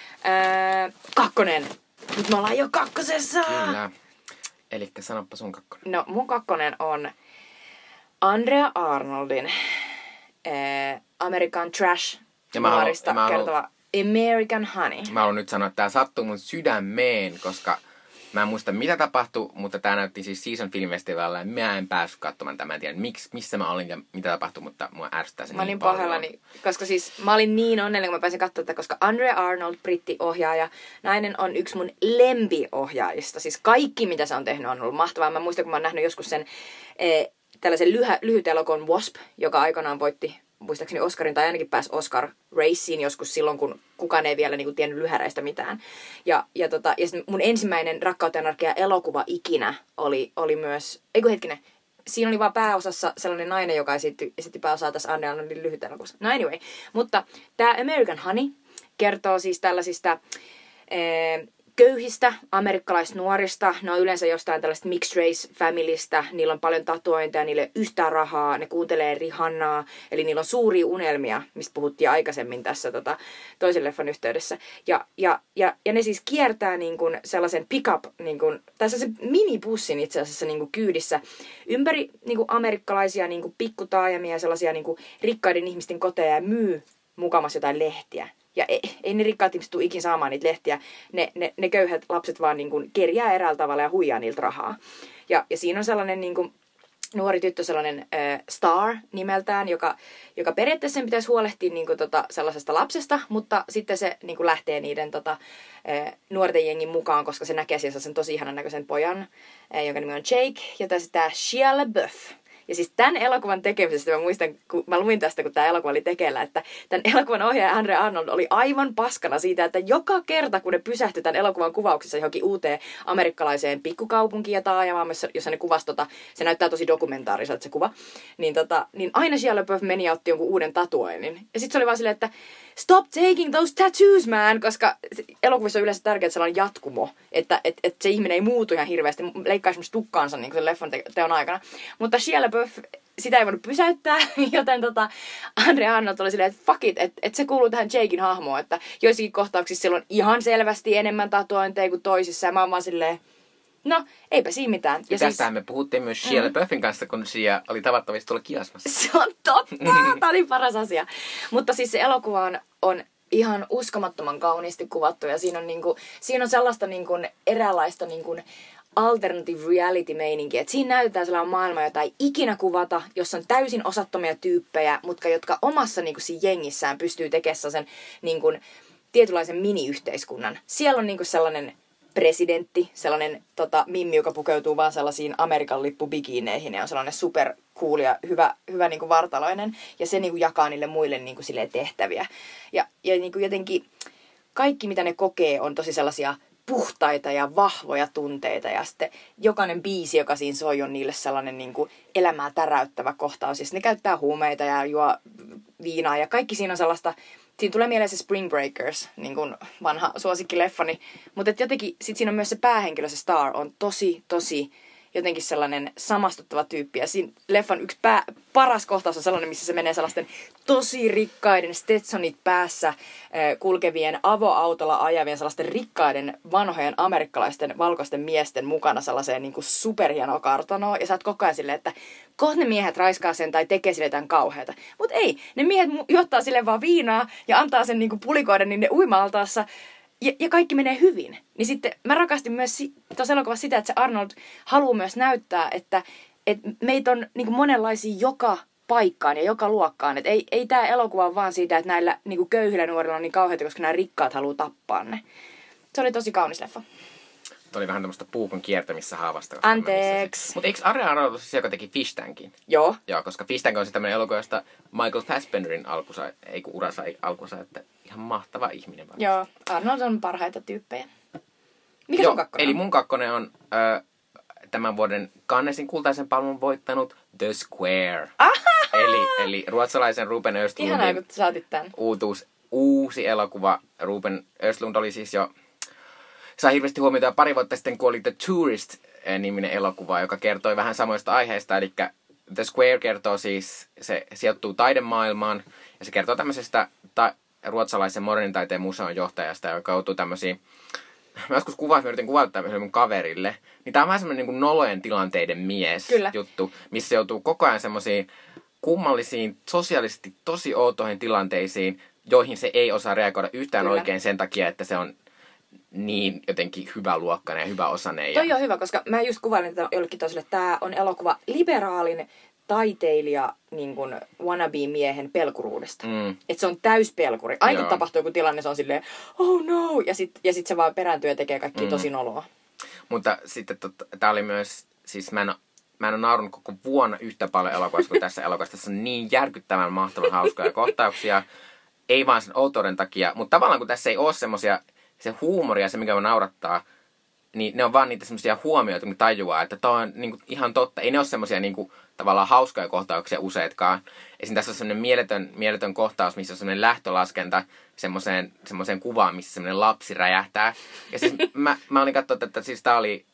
2. Nyt me ollaan jo 2. Kyllä. Elikkä sanoppa sun 2. No mun 2 on Andrea Arnoldin American Trash nuorista kertova American Honey. Mä haluan nyt sanoa, että tää sattuu mun sydämeen, koska mä en muista mitä tapahtui, mutta tää näytti siis Season Film Festivalilla ja mä en päässyt katsomaan tämän. Mä en tiedä missä mä olin ja mitä tapahtui, mutta mua ärsyttää se niin paljon. Mä olin pahoillani, koska siis mä olin niin onnellinen, kun mä pääsin katsomaan tätä, koska Andrea Arnold, brittiohjaaja, nainen on yksi mun lempiohjaajista. Siis kaikki mitä se on tehnyt on ollut mahtavaa. Mä muistan, kun mä oon nähnyt joskus sen tällaisen lyhyt elokuvan Wasp, joka aikanaan voitti muistaakseni Oscarin, tai ainakin pääsi Oscar-raceen joskus silloin, kun kukaan ei vielä niinku tiennyt lyhäreistä mitään. Ja mun ensimmäinen Rakkauteen arkea elokuva ikinä oli myös... Siinä oli vaan pääosassa sellainen nainen, joka esitti pääosaa tässä Andrea Arnoldin lyhyt elokuvassa. No anyway, mutta tämä American Honey kertoo siis tällaisista... köyhistä amerikkalaisnuorista, ne on yleensä jostain tällaista mixed race familystä, niillä on paljon tatuointeja, niillä ei ole yhtään rahaa, ne kuuntelee Rihannaa, eli niillä on suuria unelmia, mistä puhuttiin aikaisemmin tässä toisen leffan yhteydessä. Ja ne siis kiertää niin kuin sellaisen pick-up, niin kuin, tai sellaisen minibussin itse asiassa niin kuin kyydissä ympäri niin kuin amerikkalaisia niin kuin pikkutaajamia ja sellaisia niin kuin rikkaiden ihmisten koteja ja myy mukamassa jotain lehtiä. Ja ei ne rikkaat ihmiset tule ikin saamaan niitä lehtiä. Ne köyhät lapset vaan niin kuin kerjää eräällä tavalla ja huijaa niiltä rahaa. Ja siinä on sellainen niin kuin nuori tyttö, sellainen Star nimeltään, joka periaatteessa sen pitäisi huolehtia niin kuin sellaisesta lapsesta, mutta sitten se niin kuin lähtee niiden nuorten jengin mukaan, koska se näkee siellä sen tosi ihanan näköisen pojan, jonka nimi on Jake, jota sitä Shia LaBeouf. Ja siis tämän elokuvan tekemisestä mä muistan, kun mä luin tästä, kun tämä elokuva oli tekeillä, että tämän elokuvan ohjaaja Andrea Arnold oli aivan paskana siitä, että joka kerta, kun ne pysähtyi tämän elokuvan kuvauksessa johonkin uuteen amerikkalaiseen pikkukaupunkiin ja taajamaan, jossa ne kuvasi, se näyttää tosi dokumentaariselta se kuva, niin aina Shia LaBeouf meni ja otti jonkun uuden tatuoinnin. Ja sitten se oli vaan silleen, että stop taking those tattoos, man, koska elokuvissa on yleensä tärkeää, että sellainen jatkumo, että se ihminen ei muutu ihan hirveästi, leikkaa esimerkiksi tukkaansa niin kuin sen leffan teon aikana. Mutta Shia LaBeouf, sitä ei voinut pysäyttää, joten Andrea Arnold oli silleen, että fuck it, että se kuuluu tähän Jakein hahmoon, että joissakin kohtauksissa siellä on ihan selvästi enemmän tatuointeja kuin toisissa, ja mä oon vaan silleen, no, eipä siinä mitään. Ja tästähän me puhuttiin myös Shia LaBeoufin kanssa, kun Shia oli tavattavasti tuolla kiasmassa. Se on totta! Tämä oli paras asia. Mutta siis se elokuva on ihan uskomattoman kauniisti kuvattu, ja siinä on sellaista niinku eräänlaista niinku alternative reality-meininkiä. Että siinä näytetään sellainen maailma, jota ei ikinä kuvata, jossa on täysin osattomia tyyppejä, mutta jotka omassa niinku siinä jengissään pystyy tekemään sen niinku tietynlaisen mini-yhteiskunnan. Siellä on niinku sellainen presidentti, sellainen mimmi, joka pukeutuu vaan sellaisiin Amerikan lippubikineihin ja on sellainen super cool ja hyvä niin kuin vartaloinen. Ja se niin kuin jakaa niille muille niin kuin tehtäviä. Ja niin kuin jotenkin kaikki, mitä ne kokee, on tosi sellaisia puhtaita ja vahvoja tunteita. Ja sitten jokainen biisi, joka siinä soi, on niille sellainen niin kuin elämää täräyttävä kohtaus. Ja ne käyttää huumeita ja juo viinaa ja kaikki siinä on sellaista. Siinä tulee mieleen se Spring Breakers, niin kuin vanha suosikkileffani. Mutta jotenkin sit siinä on myös se päähenkilö, se Star, on tosi jotenkin sellainen samastuttava tyyppi. Ja siinä leffan yksi paras kohtaus on sellainen, missä se menee sellaisten tosi rikkaiden Stetsonit päässä kulkevien avoautolla ajavien sellaisten rikkaiden vanhojen amerikkalaisten valkoisten miesten mukana sellaiseen niin kuin superhienoa kartanoa. Ja sä oot koko ajan silleen, että kohta ne miehet raiskaa sen tai tekee sille jotain kauheata. Mutta ei, ne miehet juottaa sille vaan viinaa ja antaa sen niin kuin pulikoida niiden uima-altaassa. Ja kaikki menee hyvin. Niin sitten mä rakastin myös tuossa elokuvassa sitä, että se Arnold haluaa myös näyttää, että meitä on niin kuin monenlaisia joka paikkaan ja joka luokkaan. Että ei tämä elokuva ole vaan siitä, että näillä niin kuin köyhillä nuorilla on niin kauheita, koska nämä rikkaat haluaa tappaa ne. Se oli tosi kaunis leffa. Tuo oli vähän tämmöistä puukon kiertämissä haavasta. Anteeksi. Mutta eikö Ari Arnold se, joka teki Fish Tankin? Joo. Joo, koska Fish Tank on se tämmöinen elokuva, josta Michael Fassbenderin ura sai alkunsa, että ihan mahtava ihminen. Varmasti. Joo, Arnold on parhaita tyyppejä. Mikä sun kakkonen on? Eli mun kakkonen on tämän vuoden Cannesin kultaisen palmun voittanut The Square. Eli ruotsalaisen Ruben Östlundin ihanaa, kun saatit tämän. uusi elokuva. Ruben Östlund oli siis jo sai hirveästi huomiota pari vuotta sitten, kun oli The Tourist-niminen elokuva, joka kertoi vähän samoista aiheista. Eli The Square kertoo siis, se sijoittuu taidemaailmaan ja se kertoo tämmöisestä ruotsalaisen modernin taiteen museon johtajasta, joka joutuu tämmöisiin, mä joskus yritin kuvata tämmöiselle mun kaverille, niin tää on vähän semmoinen niin kuin nolojen tilanteiden mies juttu, missä joutuu koko ajan semmoisiin kummallisiin, sosiaalisesti tosi outoihin tilanteisiin, joihin se ei osaa reagoida yhtään oikein sen takia, että se on niin jotenkin hyvä luokkainen ja hyvä osainen. Toi on hyvä, koska mä just kuvailin tätä jollekin toiselle, että tää on elokuva liberaalin taiteilija niin kuin wannabe-miehen pelkuruudesta. Että se on täyspelkuri. Aina kun tapahtuu joku tilanne, se on silleen, oh no, ja sit se vaan perääntyy ja tekee kaikkia tosi noloa. Mutta sitten tää oli myös, siis mä en ole naurunut koko vuonna yhtä paljon elokuvassa kuin tässä elokuvassa. Tässä on niin järkyttävän mahtavan hauskoja kohtauksia. Ei vaan sen outouden takia, mutta tavallaan kun tässä ei ole semmosia, se huumori ja se mikä mä naurattaa, niin ne on vaan niitä semmosia huomioita, kun tajuaa, että tää on niinku ihan totta. Ei ne ole semmosia niinku tavallaan hauskoja kohtauksia useitkaan. Esim. Tässä on semmoinen mieletön kohtaus, missä on semmoinen lähtölaskenta semmoiseen kuvaan, missä semmoinen lapsi räjähtää. Ja siis mä olin katsonut, että siis tää oli,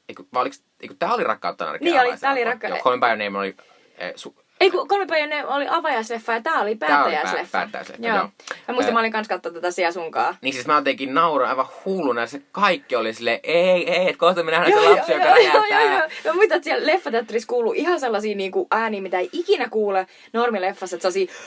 tää oli Rakkautta narkia. Niin tää oli Rakkautta. Call Me by Your Name oli Call Me by Your Name oli avajaisleffa ja tää oli päättäjäisleffa. Joo. Mä muistin, mä olin kans katsonut tätä siellä sunkaan. Niin siis mä jotenkin nauroin aivan hulluna ja se kaikki oli silleen, ei, että kohta me nähdään se lapsi, joka räjähtää. Joo. Mä muistan, että siellä leffateatterissa kuuluu ihan sellaisia niinku ääniä, mitä ei ikinä kuule normileffassa, että sellaisia,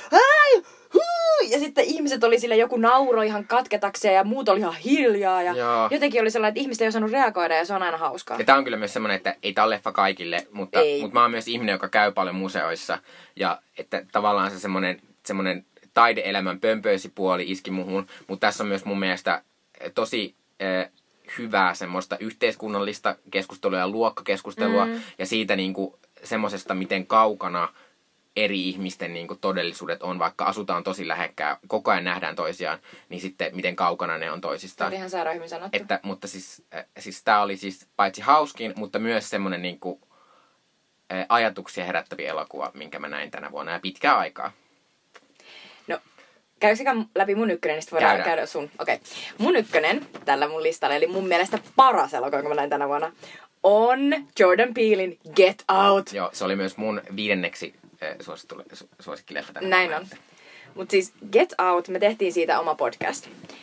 ja sitten ihmiset oli sille joku nauro ihan katketakseen ja muut oli ihan hiljaa ja jotenkin oli sellainen, että ihmiset ei osannut reagoida ja se on aina hauskaa. Ja tää on kyllä myös semmoinen, että ei tää ole leffa kaikille, mutta mä oon myös ihminen, joka käy paljon museoissa ja että tavallaan se semmoinen taide-elämän pömpöisipuoli iski muhun, mutta tässä on myös mun mielestä tosi hyvää semmoista yhteiskunnallista keskustelua ja luokkakeskustelua ja siitä niinku semmosesta, miten kaukana eri ihmisten niin kuin todellisuudet on, vaikka asutaan tosi lähekkää, koko ajan nähdään toisiaan, niin sitten miten kaukana ne on toisistaan. Se oli ihan sairaan hyvin sanottu. Mutta siis tämä oli siis paitsi hauskin, mutta myös semmoinen niin kuin ajatuksia herättäviä elokuva, minkä mä näin tänä vuonna ja pitkää aikaa. No, käyksikö läpi mun ykkönen, niin sitten voidaan käydä sun. Okei. Mun ykkönen tällä mun listalla, eli mun mielestä paras elokuva, jonka mä näin tänä vuonna, on Jordan Peelin Get Out. Joo, se oli myös mun 5. suosikkileffa tänä näin on. Mutta siis Get Out, me tehtiin siitä oma podcast.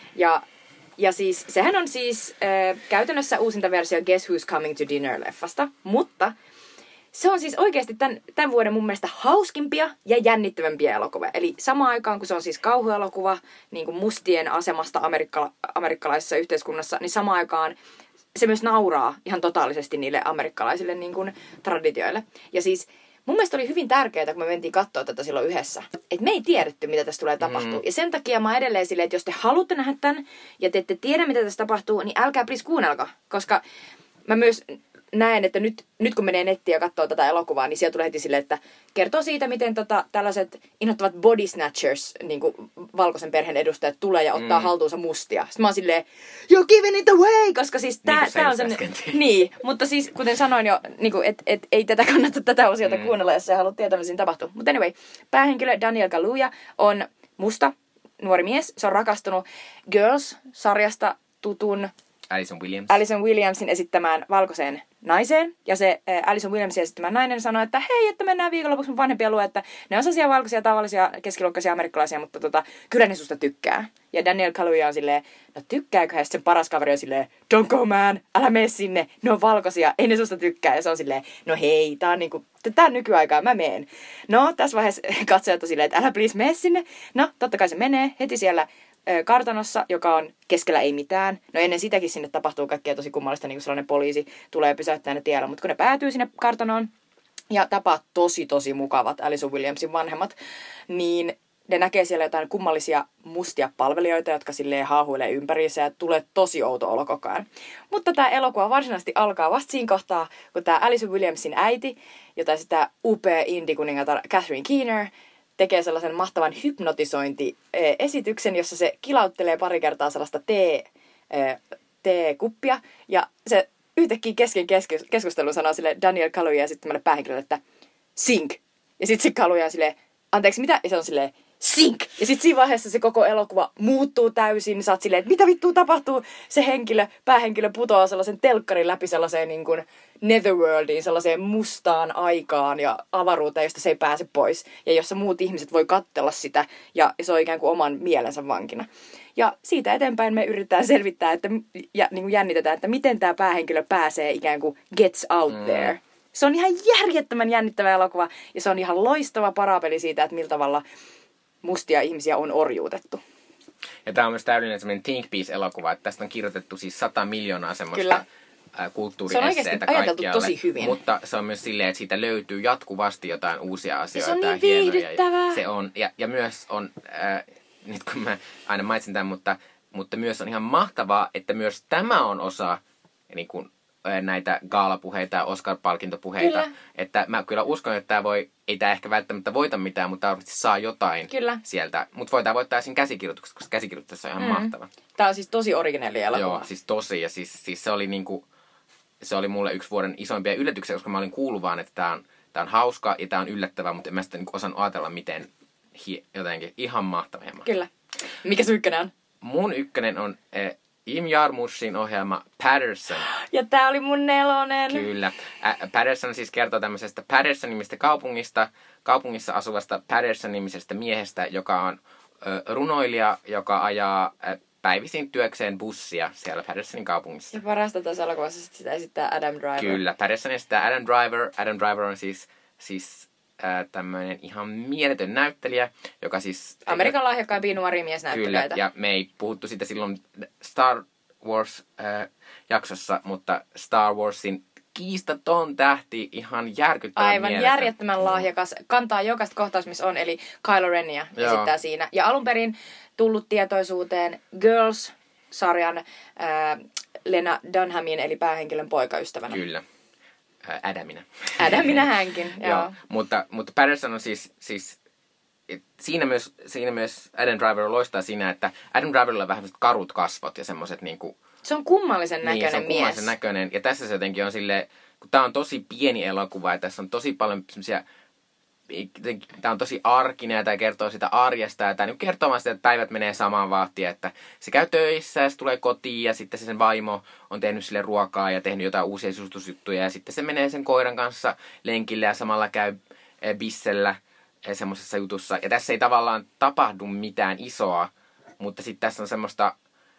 Ja siis sehän on siis käytännössä uusinta versio Guess Who's Coming to Dinner-leffasta. Mutta se on siis oikeasti tämän vuoden mun mielestä hauskimpia ja jännittävämpiä elokuvia. Eli samaan aikaan, kun se on siis kauhuelokuva niin kuin mustien asemasta amerikkalaisessa yhteiskunnassa, niin samaan aikaan se myös nauraa ihan totaalisesti niille amerikkalaisille niin kuin traditioille. Ja siis mun mielestä oli hyvin tärkeää, kun me mentiin katsoa tätä silloin yhdessä, että me ei tiedetty, mitä tässä tulee tapahtua. Ja sen takia mä oon edelleen silleen, että jos te haluatte nähdä tämän ja te ette tiedä, mitä tässä tapahtuu, niin älkää please kuunnelko. Koska mä myös näen, että nyt kun menee nettiin ja katsoo tätä elokuvaa, niin siellä tulee heti silleen, että kertoo siitä, miten tällaiset inhottavat body snatchers, niin kuin valkoisen perheen edustajat, tulee ja ottaa haltuunsa mustia. Sitten mä oon silleen, you're giving it away, koska siis tää on sen... Niin, mutta siis kuten sanoin jo, niin että ei tätä kannata tätä osiota kuunnella, jos sä haluat tietää, mitä siinä tapahtuu. Mutta anyway, päähenkilö Daniel Kaluuya on musta, nuori mies. Se on rakastunut Girls-sarjasta tutun Alison Williamsin esittämään valkoiseen naiseen. Ja se Alison Williamsin esittämään nainen sanoi, että hei, että mennään viikonlopuksi mun vanhempia luo, että ne on sellaisia valkoisia, tavallisia, keskiluokkaisia amerikkalaisia, mutta kyllä ne susta tykkää. Ja Daniel Kaluuya on silleen, no tykkääkö? Ja sen paras kaveri on silleen, don't go man, älä mene sinne, ne on valkoisia, ei ne susta tykkää. Ja se on silleen, no hei, tää on nykyaikaa, mä meen. No, tässä vaiheessa katsojat on silleen, että älä please mene sinne. No, totta kai se menee heti siellä kartanossa, joka on keskellä ei mitään. No ennen sitäkin sinne tapahtuu kaikkea tosi kummallista, niin kuin sellainen poliisi tulee pysäyttää ne tiellä. Mutta kun ne päätyy sinne kartanoon ja tapaa tosi mukavat Alison Williamsin vanhemmat, niin ne näkee siellä jotain kummallisia mustia palvelijoita, jotka silleen haahuilee ympäriinsä ja tulee tosi outo olo koko ajan. Mutta tämä elokuva varsinaisesti alkaa vasta siinä kohtaa, kun tämä Alison Williamsin äiti, jota sitä upea indie-kuningatar Catherine Keener, tekee sellaisen mahtavan hypnotisointi-esityksen, jossa se kilauttelee pari kertaa sellaista teekuppia. Ja se yhtäkkiä kesken keskustelun sanoo sille Daniel Kaluuya ja sitten päähenkilölle, että sink. Ja sitten se Kaluuya on silleen, anteeksi mitä? Ja se on silleen, sink! Ja sitten siinä vaiheessa se koko elokuva muuttuu täysin. Sä oot silleen, että mitä vittua tapahtuu? Se päähenkilö putoaa sellaisen telkkarin läpi sellaiseen niin kuin Netherworldiin, sellaiseen mustaan aikaan ja avaruuteen, josta se ei pääse pois. Ja jossa muut ihmiset voi katsella sitä ja se on ikään kuin oman mielensä vankina. Ja siitä eteenpäin me yritetään selvittää ja niin kuin jännitetään, että miten tämä päähenkilö pääsee ikään kuin gets out there. Se on ihan järjettömän jännittävä elokuva ja se on ihan loistava parapeli siitä, että millä tavalla mustia ihmisiä on orjuutettu. Ja tämä on myös täydellinen semmoinen think piece-elokuva, että tästä on kirjoitettu siis 100 miljoonaa semmoista kulttuuriesseitä kaikkialle. Tosi hyvin. Mutta se on myös silleen, että siitä löytyy jatkuvasti jotain uusia asioita. Se on niin viihdyttävää. Se on, ja myös on, nyt kun mä aina mainitsin tämän, mutta myös on ihan mahtavaa, että myös tämä on osa niin kuin, näitä gaalapuheita ja Oscar-palkintopuheita. Kyllä. Että mä kyllä uskon, että ei tämä ehkä välttämättä voita mitään, mutta varmasti saa jotain sieltä. Mutta voidaan voittaa siinä käsikirjoituksessa, koska käsikirjoituksessa on ihan mahtava. Tämä on siis tosi originelli elokuva. Joo, siis tosi. Ja siis se oli niinku, se oli mulle yksi vuoden isoimpia yllätyksiä, koska mä olin kuullut vaan, että tää on hauska ja tää on yllättävää, mutta en mä sitä niinku osannut ajatella, miten jotenkin ihan mahtava. Kyllä. Mikä sun ykkönen on? Mun ykkönen on Im Jarmushin ohjelma Paterson. Ja tää oli mun 4. Kyllä. Paterson siis kertoo tämmöisestä Paterson-nimistä kaupungissa asuvasta Paterson-nimisestä miehestä, joka on runoilija, joka ajaa päivisin työkseen bussia siellä Patersonin kaupungissa. Ja parasta tässä elokuvassa sitä esittää Adam Driver. Kyllä. Paterson esittää Adam Driver. Adam Driver on siis tämmöinen ihan mieletön näyttelijä, joka siis... Amerikan lahjakkaimpia nuoria miesnäyttelijöitä. Kyllä, ja me ei puhuttu siitä silloin Star Wars-jaksossa, mutta Star Warsin kiistaton tähti, ihan järkyttävän aivan mieletön. Järjettömän lahjakas, kantaa jokaista kohtaus, missä on, eli Kylo Renia esittää siinä. Ja alun perin tullut tietoisuuteen Girls-sarjan Lena Dunhamin, eli päähenkilön poikaystävänä. Kyllä. Adamina hänkin, joo. Mutta Patterson on siis siinä myös Adam Driver loistaa siinä, että Adam Driverilla on vähän karut kasvot ja semmoiset niinku... Se on kummallisen näköinen mies. Se on kummallisen näköinen. Ja tässä se jotenkin on silleen, kun tää on tosi pieni elokuva ja tässä on tosi paljon semmoisia... Tämä on tosi arkinen ja tämä kertoo sitä arjesta ja tämä kertoo vaan sitä, että päivät menee samaan vahtiin, että se käy töissä ja se tulee kotiin ja sitten sen vaimo on tehnyt sille ruokaa ja tehnyt jotain uusia sisustusjuttuja ja sitten se menee sen koiran kanssa lenkille ja samalla käy bissellä semmoisessa jutussa. Ja tässä ei tavallaan tapahdu mitään isoa, mutta sitten tässä on semmoista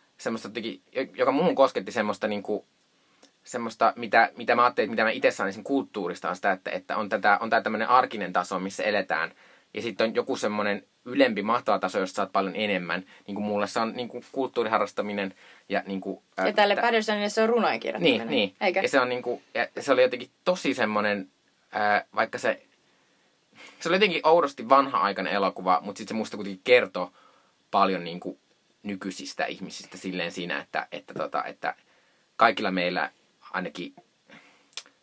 joka muuhun kosketti semmoista niinku semmoista, mitä mä ajattelin, mitä mä itse saan kulttuurista, on sitä, että on tää tämmöinen arkinen taso, missä eletään. Ja sitten on joku semmoinen ylempi, mahtava taso, josta saat paljon enemmän. Niin kuin mulle se on niin kuin kulttuuriharrastaminen. Ja, niin kuin, ja tälle Pattersonille se on runojen kirjoittaminen. Niin. Eikö? Ja se on niin kuin, ja se oli jotenkin tosi semmoinen, vaikka se oli jotenkin oudosti vanha-aikainen elokuva, mutta sitten se musta kuitenkin kertoo paljon niin kuin nykyisistä ihmisistä silleen siinä, että kaikilla meillä ainakin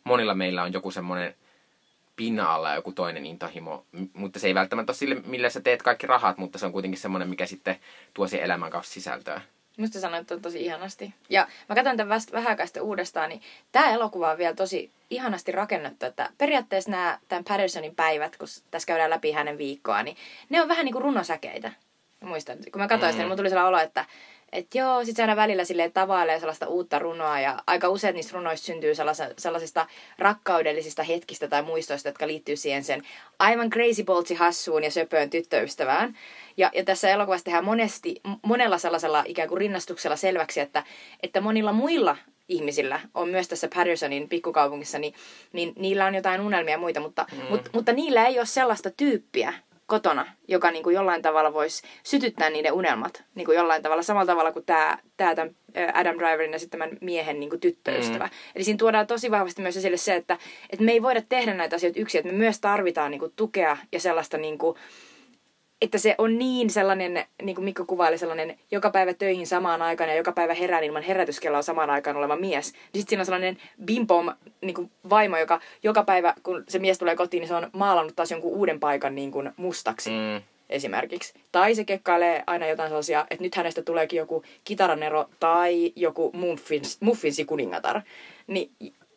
monilla meillä on joku semmoinen pinna-alla ja joku toinen intohimo, mutta se ei välttämättä ole sille, millä sä teet kaikki rahat, mutta se on kuitenkin semmoinen, mikä sitten tuo siihen elämän kanssa sisältöä. Musta sanoit on tosi ihanasti. Ja mä katson tämän vähän aikaa sitten uudestaan, niin tää elokuva on vielä tosi ihanasti rakennettu, että periaatteessa tämän Pattersonin päivät, kun tässä käydään läpi hänen viikkoa, niin ne on vähän niin kuin runosäkeitä. Mä muistan, kun mä katsoin sitä, niin mun tuli sellainen olo, että sit se aina välillä silleen tavailee sellaista uutta runoa ja aika usein niistä runoista syntyy sellaisista rakkaudellisista hetkistä tai muistoista, jotka liittyy siihen sen aivan crazy boltsi hassuun ja söpöön tyttöystävään. Ja tässä elokuvassa tehdään monella sellaisella ikään kuin rinnastuksella selväksi, että monilla muilla ihmisillä on myös tässä Pattersonin pikkukaupungissa, niin niillä on jotain unelmia ja muita, mutta niillä ei ole sellaista tyyppiä kotona, joka niin kuin jollain tavalla voisi sytyttää niiden unelmat. Niin kuin jollain tavalla, samalla tavalla kuin tämä Adam Driverin ja sitten tämän miehen niin kuin tyttöystävä. Eli siinä tuodaan tosi vahvasti myös esille se, että me ei voida tehdä näitä asioita yksin, että me myös tarvitaan niin kuin tukea ja sellaista, niin kuin, että se on niin sellainen, niin kuin Mikko kuvaili, sellainen joka päivä töihin samaan aikaan ja joka päivä herään ilman herätyskelloa samaan aikaan oleva mies. Niin sitten siinä on sellainen bimpom niin kuin vaimo, joka päivä, kun se mies tulee kotiin, niin se on maalannut taas jonkun uuden paikan niin kuin mustaksi esimerkiksi. Tai se kekkailee aina jotain sellaisia, että nyt hänestä tuleekin joku kitaranero tai joku muffinsi kuningatar. Niin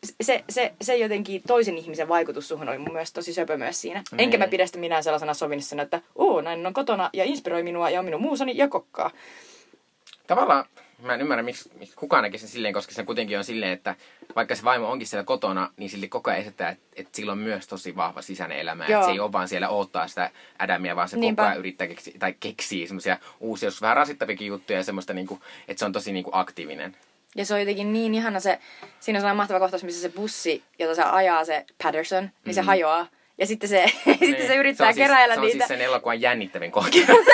se jotenkin toisen ihmisen vaikutus suhun oli mun mielestä tosi söpö myös siinä. Enkä mä pidä sitä minä sellaisena sovinnissana, että näin on kotona ja inspiroi minua ja on minun muusani ja kokkaa. Tavallaan mä en ymmärrä, miksi kukaan näkee sen silleen, koska se kuitenkin on silleen, että vaikka se vaimo onkin siellä kotona, niin sille koko ajan esittää, että sillä on myös tosi vahva sisäinen elämä. Että se ei ole vaan siellä odottaa sitä Adamia, vaan se koko ajan yrittää keksiä semmoisia uusia, jos vähän rasittavikin juttuja ja semmoista, niinku, että se on tosi niinku aktiivinen. Ja se on jotenkin niin ihana siinä on sellainen mahtava kohtaus, missä se bussi, jota se ajaa se Patterson, niin se hajoaa. Ja sitten se, sitten se yrittää keräillä niitä. Se on siis sen elokuvan jännittävin kohta.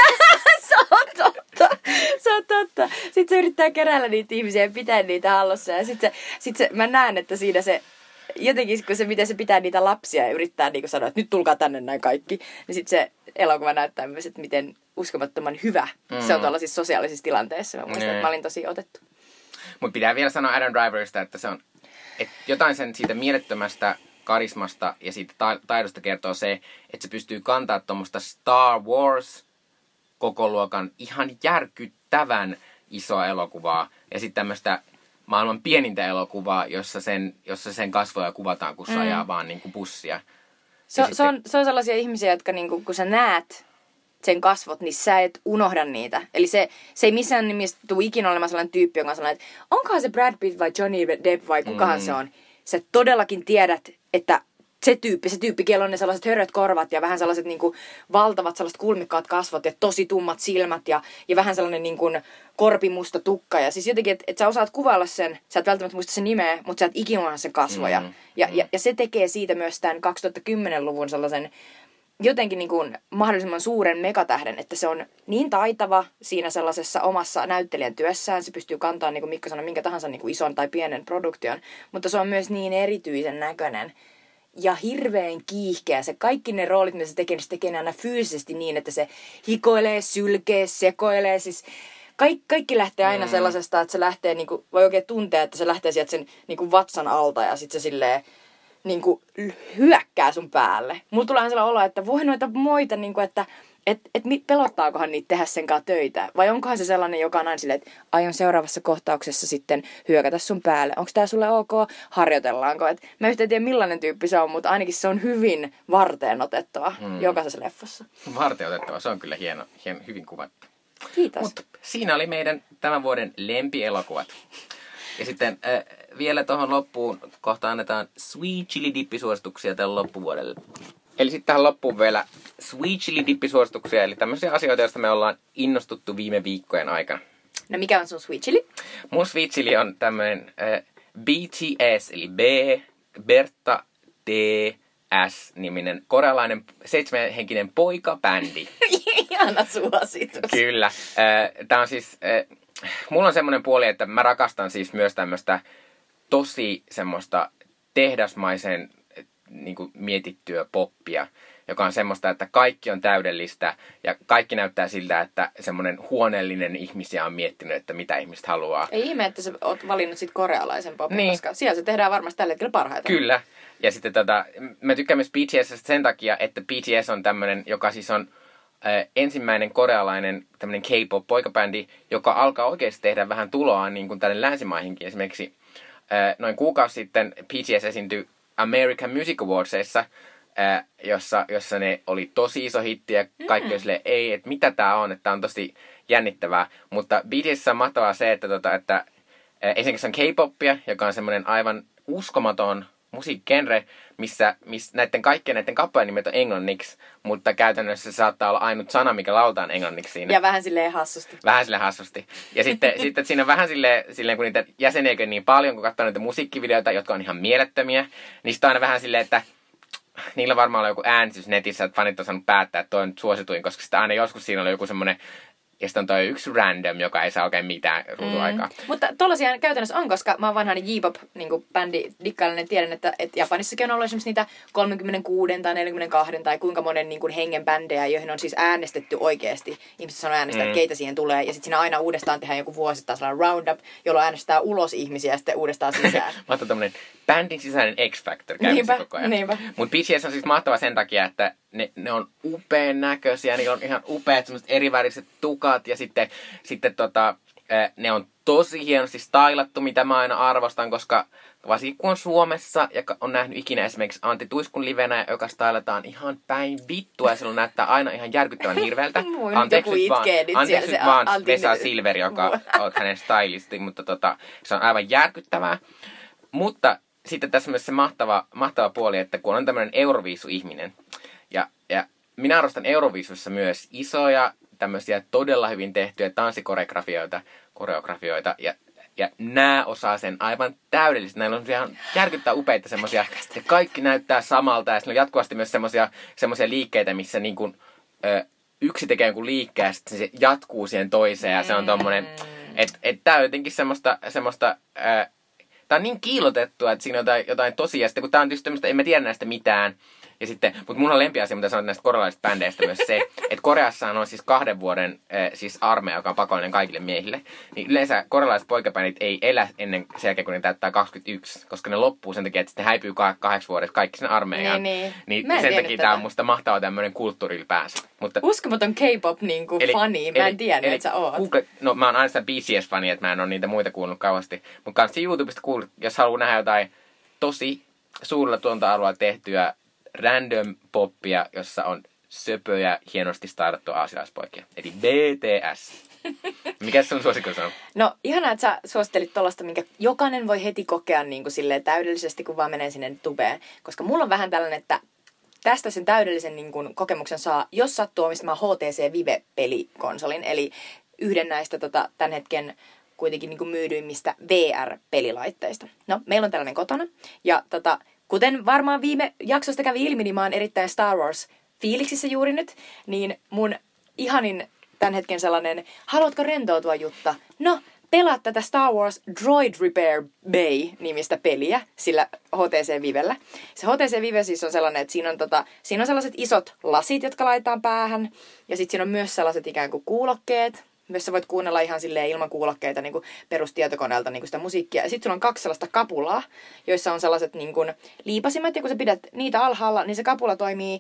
Se on totta. Sitten se yrittää keräillä niitä ihmisiä ja pitää niitä hallussa. Ja sitten mä näen, että siinä se, jotenkin kun miten se pitää niitä lapsia ja yrittää niin sanoa, että nyt tulkaa tänne näin kaikki. Niin sitten se elokuva näyttää myös, että miten uskomattoman hyvä se on tuollaisissa sosiaalisissa tilanteissa. Mä muistan, että mä olin tosi otettu. Mutta pitää vielä sanoa Adam Driverista, että se on jotain sen siitä mielettömästä karismasta ja siitä taidosta kertoo se, että se pystyy kantaa tuommoista Star Wars koko luokan ihan järkyttävän isoa elokuvaa ja sitten tämmöistä maailman pienintä elokuvaa, jossa sen kasvoja kuvataan, kun se ajaa vaan niin kuin bussia. Se on sellaisia ihmisiä, jotka niin kuin, kun sä näet sen kasvot, niin sä et unohda niitä. Eli se ei missään nimessä tule ikinä olemaan sellainen tyyppi, joka on sellainen, että onkohan se Brad Pitt vai Johnny Depp vai kukahan se on. Sä todellakin tiedät, että se tyyppi, kello on ne sellaiset hörröt korvat ja vähän sellaiset niin kuin valtavat sellaiset kulmikkaat kasvot ja tosi tummat silmät ja vähän sellainen niin kuin korpimusta tukka. Ja siis jotenkin, että sä osaat kuvailla sen, sä et välttämättä muista sen nimeä, mutta sä et ikinä unohda sen kasvoja. Ja se tekee siitä myös tämän 2010-luvun sellaisen jotenkin niin kuin mahdollisimman suuren megatähden, että se on niin taitava siinä sellaisessa omassa näyttelijän työssään. Se pystyy kantamaan, niin kuin Mikko sanoi, minkä tahansa niin kuin ison tai pienen produktion, mutta se on myös niin erityisen näköinen ja hirveän kiihkeä. Se kaikki ne roolit, mitä se tekee ne aina fyysisesti niin, että se hikoilee, sylkee, sekoilee. Siis kaikki lähtee aina sellaisesta, että se lähtee, niin kuin, voi oikein tuntea, että se lähtee sieltä sen niin kuin vatsan alta ja sitten se silleen niin kuin hyökkää sun päälle. Mulla tulee sellainen olo, että voi noita moita, niin kuin, että pelottaakohan niitä tehdä sen kanssa töitä. Vai onkohan se sellainen, joka on aina silleen, että aion seuraavassa kohtauksessa sitten hyökätä sun päälle. Onko tää sulle ok? Harjoitellaanko? Et mä yhtään tiedä millainen tyyppi se on, mutta ainakin se on hyvin varteenotettava jokaisessa leffassa. Varteenotettava, se on kyllä hieno hyvin kuvattu. Kiitos. Mutta siinä oli meidän tämän vuoden lempielokuvat. Ja sitten vielä tuohon loppuun kohta annetaan Sweet Chili Dip-suosituksia tälle loppuvuodelle. Eli sitten tähän loppuun vielä Sweet Chili Dip-suosituksia, eli tämmöisiä asioita, joista me ollaan innostuttu viime viikkojen aikana. No mikä on sun Sweet Chili? Mun Sweet Chili on tämmöinen BTS, eli Bertta TS-niminen korealainen 7-henkinen poikabändi. Ihana suositus. Kyllä. Tää on siis mulla on semmoinen puoli, että mä rakastan siis myös tämmöistä tosi semmoista tehdasmaisen niin kuin mietittyä poppia, joka on semmoista, että kaikki on täydellistä ja kaikki näyttää siltä, että semmoinen huoneellinen ihmisiä on miettinyt, että mitä ihmiset haluaa. Ei ihme, että sä oot valinnut sit korealaisen popin, koska siellä se tehdään varmasti tällä hetkellä parhaiten. Kyllä. Ja sitten mä tykkään myös BTS:stä sen takia, että BTS on tämmöinen, joka siis on ensimmäinen korealainen tämmöinen K-pop-poikabändi, joka alkaa oikeasti tehdä vähän tuloa niin kuin tänne länsimaihinkin. Esimerkiksi noin kuukausi sitten BTS esiintyi American Music Awardsissa, jossa ne oli tosi iso hitti ja kaikki silleen, ei, että mitä tää on, että tää on tosi jännittävää. Mutta BTS on mahtavaa se, että ensinnäkin se on K-popia, joka on semmoinen aivan uskomaton musiikkigenre, missä kaikkien näiden kappaleen nimet on englanniksi, mutta käytännössä se saattaa olla ainut sana, mikä lautaan englanniksi siinä. Ja vähän silleen hassusti. Vähän silleen hassusti. Ja sitten siinä on vähän silleen, kun niitä jäseniä on niin paljon, kun katsoo niitä musiikkivideoita, jotka on ihan mielettömiä, niin sitten on aina vähän silleen, että niillä varmaan on joku äänestys netissä, että fanit on saanut päättää, että toi on suosituin, koska sitä aina joskus siinä oli joku semmoinen. Ja sitten on toi yksi random, joka ei saa oikein mitään ruutuaikaa. Mutta tollaisia käytännössä on, koska mä oon vanha J-pop bändi dikkaillinen, tiedän, että Japanissakin on ollut esimerkiksi niitä 36 tai 42 tai kuinka monen hengen bändejä, joihin on siis äänestetty oikeasti. Ihmiset sanoo äänestää, että keitä siihen tulee. Ja sitten siinä aina uudestaan tehdään joku vuosittain sellainen roundup, jolloin äänestää ulos ihmisiä ja sitten uudestaan sisään. Mä oon tämmönen bändin sisäinen X-Factor käynnissä koko ajan. Niinpä. Mutta BTS on siis mahtava sen takia, että ne on upean näköisiä, niillä on ihan upeat semmoiset eriväriset tukat ja sitten ne on tosi hienosti stylattu, mitä mä aina arvostan, koska varsinkin kun on Suomessa ja on nähnyt ikinä esimerkiksi Antti Tuiskun livenä, joka stylataan ihan päin vittua ja silloin näyttää aina ihan järkyttävän hirveältä. Anteeksi vaan Vesa Silver, joka oot hänen stylisti, mutta se on aivan järkyttävää. Mutta sitten tässä myös se mahtava puoli, että kun on tämmöinen Euroviisu-ihminen, ja minä arvostan Euroviisussa myös isoja, tämmöisiä todella hyvin tehtyjä koreografioita, ja nämä osaa sen aivan täydellisesti. Näillä on ihan järkyttää upeita semmoisia, että kaikki näyttää samalta, ja siinä on jatkuvasti myös semmoisia liikkeitä, missä niin kuin, yksi tekee jonkun liikkeen, ja sitten se jatkuu siihen toiseen, ja se on tommonen, että tää on jotenkin semmoista tää on niin kiilotettua, että siinä on jotain tosiaan. Sitten kun tää on tietysti tämmöistä, en mä tiedä näistä mitään. Ja sitten, mutta mun on lempiasia, mitä sanoit näistä korealaisista bändeistä myös se, että Koreassa on siis 2 vuoden siis armeija, joka on pakollinen kaikille miehille. Niin yleensä korealaiset poikabändit ei elä ennen sen jälkeen, kun ne täyttää 21, koska ne loppuu sen takia, että sitten häipyy 8 vuodeksi kaikki sen armeijaan. Niin sen takia tää on musta mahtava tämmöinen kulttuuri ylipäänsä. Mutta uskomaton K-pop fani, mä en tiedä, että sä oot. No mä oon aina sitä BTS-fani, että mä en oo niitä muita kuullut kauheasti. Mutta kannattaa YouTubesta kuulla, jos haluaa nähdä jotain tosi suurella tuontoalueella tehtyä random poppia, jossa on söpöjä, hienosti stylattua aasialaispoikia. Eli BTS. Mikä sun suosikus on? No ihanaa, että sä suosittelit tollaista, minkä jokainen voi heti kokea silleen täydellisesti, kun vaan menee sinne tubeen. Koska mulla on vähän tällainen, että tästä sen täydellisen kokemuksen saa, jos sattuu omistamaan HTC Vive-pelikonsolin. Eli yhden näistä tämän hetken kuitenkin myydyimmistä VR-pelilaitteista. No, meillä on tällainen kotona. Ja kuten varmaan viime jaksosta kävi ilmi, niin mä oon erittäin Star Wars-fiiliksissä juuri nyt. Niin mun ihanin tämän hetken sellainen, haluatko rentoutua Jutta? No, pelaa tätä Star Wars Droid Repair Bay-nimistä peliä sillä HTC Vivellä. Se HTC Vive siis on sellainen, että siinä on sellaiset isot lasit, jotka laitetaan päähän. Ja sitten siinä on myös sellaiset ikään kuin kuulokkeet. Myös sä voit kuunnella ihan silleen ilman kuulokkeita niin kuin perustietokoneelta niin kuin sitä musiikkia. Ja sitten sulla on 2 sellaista kapulaa, joissa on sellaiset niin kuin liipasimet. Ja kun sä pidät niitä alhaalla, niin se kapula toimii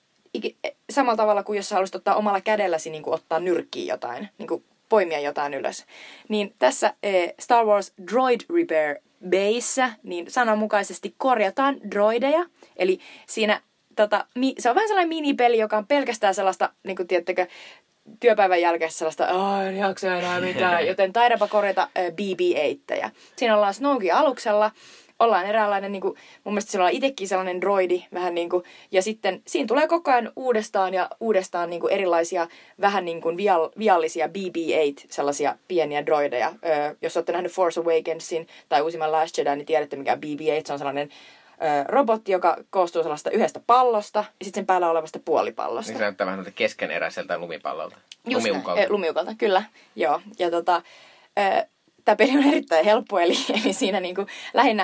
samalla tavalla kuin jos sä haluaisit ottaa omalla kädelläsi niin kuin ottaa nyrkkiin jotain, niin kuin poimia jotain ylös. Niin tässä Star Wars Droid Repair Bayssä niin sananmukaisesti korjataan droideja. Eli siinä se on vähän sellainen minipeli, joka on pelkästään sellaista, niin kuin tiedättekö, työpäivän jälkeen sellaista, en jaksa enää mitään, joten taidapa korjata BB-8. Siinä ollaan Snoken aluksella, ollaan eräänlainen, niin kuin, mun mielestä siellä on itsekin sellainen droidi, vähän niin kuin, ja sitten siinä tulee koko ajan uudestaan ja uudestaan niin kuin erilaisia vähän niin kuin viallisia BB-8, sellaisia pieniä droideja. Jos olette nähnyt Force Awakensin tai uusimman Last Jedi, niin tiedätte mikä BB-8, se on sellainen robotti, joka koostuu sellaista yhdestä pallosta ja sitten sen päällä olevasta puolipallosta. Niin se näyttää vähän lumieräiseltä lumipallolta. Lumiukolta, kyllä. Joo. Ja tämä peli on erittäin helppo, eli siinä niinku lähinnä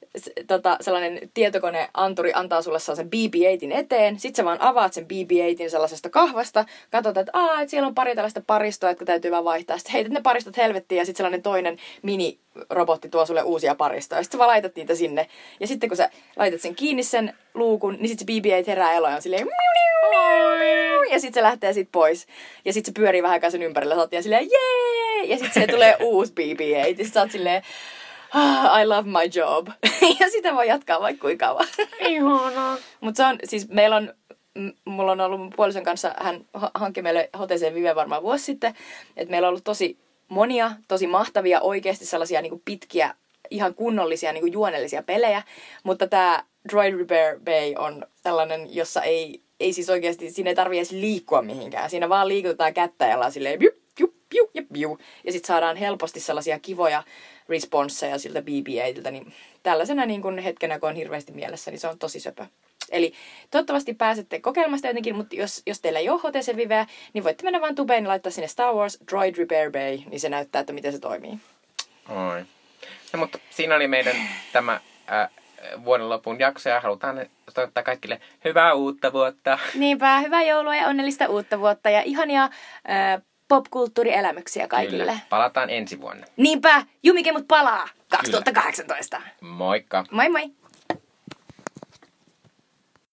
sellainen tietokoneanturi antaa sulle sellaisen BB-8 eteen. Sitten sä vaan avaat sen BB-8 sellaisesta kahvasta. Katsot, että siellä on pari tällaista paristoa, jotka täytyy vaan vaihtaa. Sitten heität ne paristot helvettiin ja sitten sellainen toinen mini-robotti tuo sulle uusia paristoja. Sitten sä vaan laitat niitä sinne. Ja sitten kun sä laitat sen kiinni sen luukun, niin sitten se BB-8 herää eloon ja on silleen ja sitten se lähtee sit pois. Ja sitten se pyörii vähän aikaa sen ympärillä. Sä oot silleen jee! Ja sitten se tulee uusi BB-8. Ja sitten sä oot silleen I love my job. Ja sitä voi jatkaa vaikka kuinka kauan. Ihanaa. Mutta se on, siis mulla on ollut mun puolison kanssa, hän hankki meille HTC Vive varmaan vuosi sitten, että meillä on ollut tosi monia, tosi mahtavia, oikeasti sellaisia niin kuin pitkiä, ihan kunnollisia niin kuin juonellisia pelejä, mutta tämä Droid Repair Bay on tällainen, jossa ei siis oikeasti, siinä ei tarvitse edes liikkua mihinkään. Siinä vaan liikutetaan kättä ja ollaan silleen ja sitten saadaan helposti sellaisia kivoja responseja siltä BB-8, niin tällaisena niin kun hetkenä, kun on hirveästi mielessä, niin se on tosi söpö. Eli toivottavasti pääsette kokeilemasta jotenkin, mutta jos teillä ei ole HTC Viveä, niin voitte mennä vaan tubeen ja laittaa sinne Star Wars Droid Repair Bay, niin se näyttää, että miten se toimii. Oi. No, mutta siinä oli meidän tämä vuoden lopun jakso ja halutaan toivottaa kaikille hyvää uutta vuotta. Niinpä, hyvää joulua ja onnellista uutta vuotta ja ihania popkulttuurielämyksiä kaikille. Kyllä, palataan ensi vuonna. Niinpä, Jumikemut palaa 2018. Kyllä. Moikka. Moi moi.